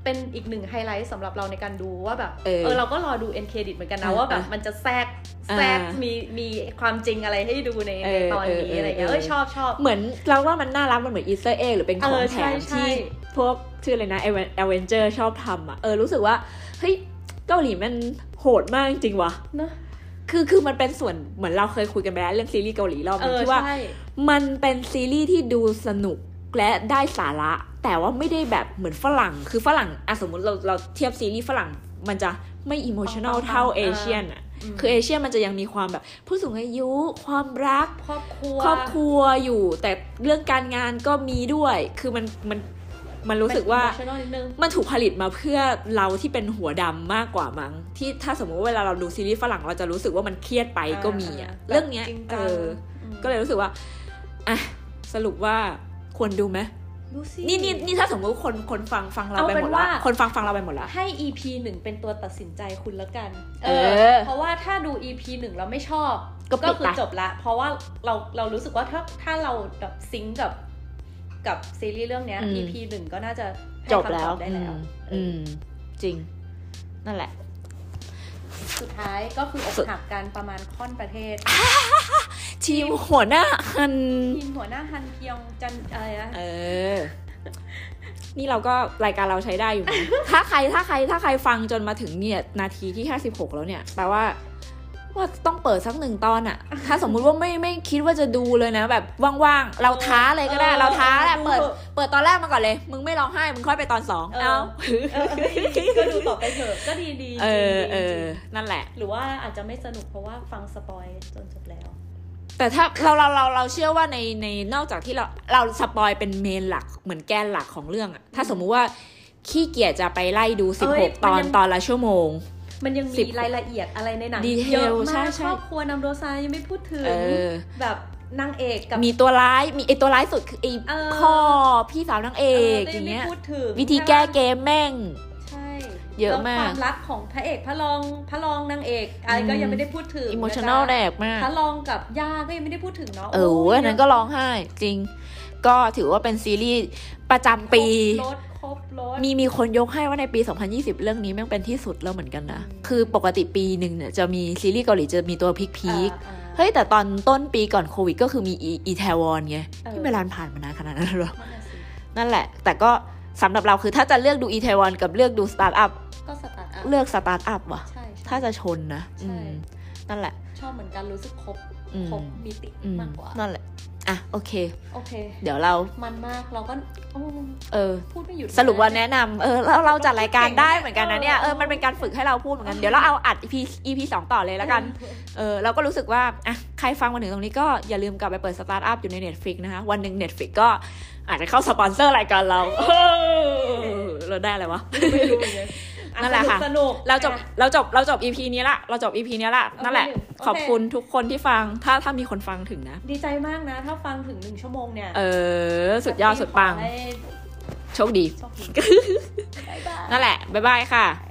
เป็นอีกหนึ่งไฮไลท์สำหรับเราในการดูว่าแบบเออ เออเราก็รอดูเอ็นเครดิตเหมือนกันนะว่าแบบมันจะแทรกแทรกมีมีความจริงอะไรให้ดูในในตอนนี้อะไรเงี้ยเออชอบชอบเหมือนเราว่ามันน่ารักมันเหมือนอีสเตอร์เอ็กหรือเป็นของแถมที่พวกชื่ออะไรนะเอเวนเจอร์ชอบทำอ่ะเออรู้สึกว่าเฮ้ยเกาหลีมันโหดมากจริงวะเนอะคือคือมันเป็นส่วนเหมือนเราเคยคุยกันไปแล้วเรื่องซีรีส์เกาหลีรอบนึงที่ว่ามันเป็นซีรีส์ที่ดูสนุกและได้สาระแต่ว่าไม่ได้แบบเหมือนฝรั่งคือฝรั่งอ่ะสมมุติเราเราเทียบซีรีส์ฝรั่งมันจะไม่อิโมชันแนลเท่าเอเชียนอ่ะคือเอเชียมันจะยังมีความแบบผู้สูงอายุความรักครอบครัวครอบครัวอยู่แต่เรื่องการงานก็มีด้วยคือมันมันมันรู้สึกว่ามันถูกผลิตมาเพื่อเราที่เป็นหัวดำมากกว่ามั้งที่ถ้าสมมติว่าเวลาเราดูซีรีส์ฝรั่งเราจะรู้สึกว่ามันเครียดไปก็มีอ่ะเรื่องเนี้ยเออก็เลยรู้สึกว่าอ่ะสรุปว่าควรดูไหมนี่นี่นี่ถ้าสมมติคนคนฟังฟังเราไปหมดแล้วคนฟังฟังเราไปหมดแล้วให้ อี พี หนึ่งเป็นตัวตัดสินใจคุณแล้วกันเออเพราะว่าถ้าดู อี พี หนึ่งแล้วไม่ชอบก็คือจบละเพราะว่าเราเรารู้สึกว่าถ้าถ้าเราแบบซิงก์กับกับซีรีส์เรื่องนี้ อี พี หนึ่งก็น่าจะจบแล้วได้แล้วอืมจริงนั่นแหละสุดท้ายก็คืออกหักกันประมาณค่อนประเทศทีมหัวหน้าฮันทีมหัวหน้าฮันเคียงจันอะไรนะเออนี่เราก็รายการเราใช้ได้อยู่นะ ถ้าใครถ้าใครถ้าใครฟังจนมาถึงเนี่ยนาทีที่ห้าสิบหกแล้วเนี่ยแปลว่าว่าต้องเปิดสักหนึ่งตอนอะถ้าสมมุติว่าไม่ไม่คิดว่าจะดูเลยนะแบบว่างๆเราท้าเลยก็ได้เราท้าแหละเปิดเปิดตอนแรกมาก่อนเลยมึงไม่ร้องไห้มึงค่อยไปตอนสองเอาก็ดูต่อไปเถอะก็ดีดีเออเออนั่นแหละหรือว่าอาจจะไม่สนุกเพราะว่าฟังสปอยจนจบแล้วแต่ถ้าเราเราเราเราเชื่อว่าในในนอกจากที่เราเราสปอยเป็นเมนหลักเหมือนแกนหลักของเรื่องอะถ้าสมมุติว่าขี้เกียจจะไปไล่ดูสิบหกตอนตอนละชั่วโมงมันยังมีรายละเอียดอะไรในหนังเยอะมากครอบครัวนำโดซายังไม่พูดถึงแบบนางเอกกับมีตัวร้ายมีไอตัวร้ายสุดคือไอพ่อพี่สาวนางเอกอย่างเงี้ยวิธีแก้เกมแม่งใช่เยอะมากความรักของพระเอกพระรองพระรองนางเอกอะไรก็ยังไม่ได้พูดถึงอิโมชันแนลแรงมากพระรองกับย่าก็ยังไม่ได้พูดถึงเนาะเอออันนั้นก็ร้องไห้จริงก็ถือว่าเป็นซีรีส์ประจำปีมีมีคนยกให้ว่าในปีสองพันยี่สิบเรื่องนี้แม่งเป็นที่สุดแล้วเหมือนกันนะคือปกติปีนึงเนี่ยจะมีซีรีส์เกาหลีจะมีตัวพีคๆเฮ้ยแต่ตอนต้นปีก่อนโควิดก็คือมีอีแทวอนไงที่เวลาผ่านมานานขนาดนั้นหรอนั่นแหละแต่ก็สำหรับเราคือถ้าจะเลือกดูอีแทวอนกับเลือกดูสตาร์ทอัพก็สตาร์ทอัพเลือกสตาร์ทอัพว่ะถ้าจะชนนะนั่นแหละชอบเหมือนกันรู้สึกครบครบมิติมากกว่านั่นแหละอ่ะโอเคโอเคเดี๋ยวเรามันมากเราก็เออพูดไม่หยุดสรุปว่าแนะนำเออเราเราจัดรายการได้เหมือนกันนะเนี่ยเออมันเป็นการฝึกให้เราพูดเหมือนกันเดี๋ยวเราเอาอัด อี พี อี พี สองต่อเลยแล้วกันเออเราก็รู้สึกว่าอ่ะใครฟังมาถึงตรงนี้ก็อย่าลืมกลับไปเปิดสตาร์ทอัพอยู่ใน Netflix นะคะวันหนึ่ง Netflix ก็อาจจะเข้าสปอนเซอร์รายการเราเราได้อะไรวะนั่นแหละค่ะเราจบเราจบเราจบ อี พี นี้ละเราจบ อี พี นี้ละนั่นแหละขอบคุณทุกคนที่ฟังถ้าถ้ามีคนฟังถึงนะดีใจมากนะถ้าฟังถึงหนึ่งชั่วโมงเนี่ยเออสุดยอดสุดปังโชคดีนั่นแหละบ๊ายบายค่ะ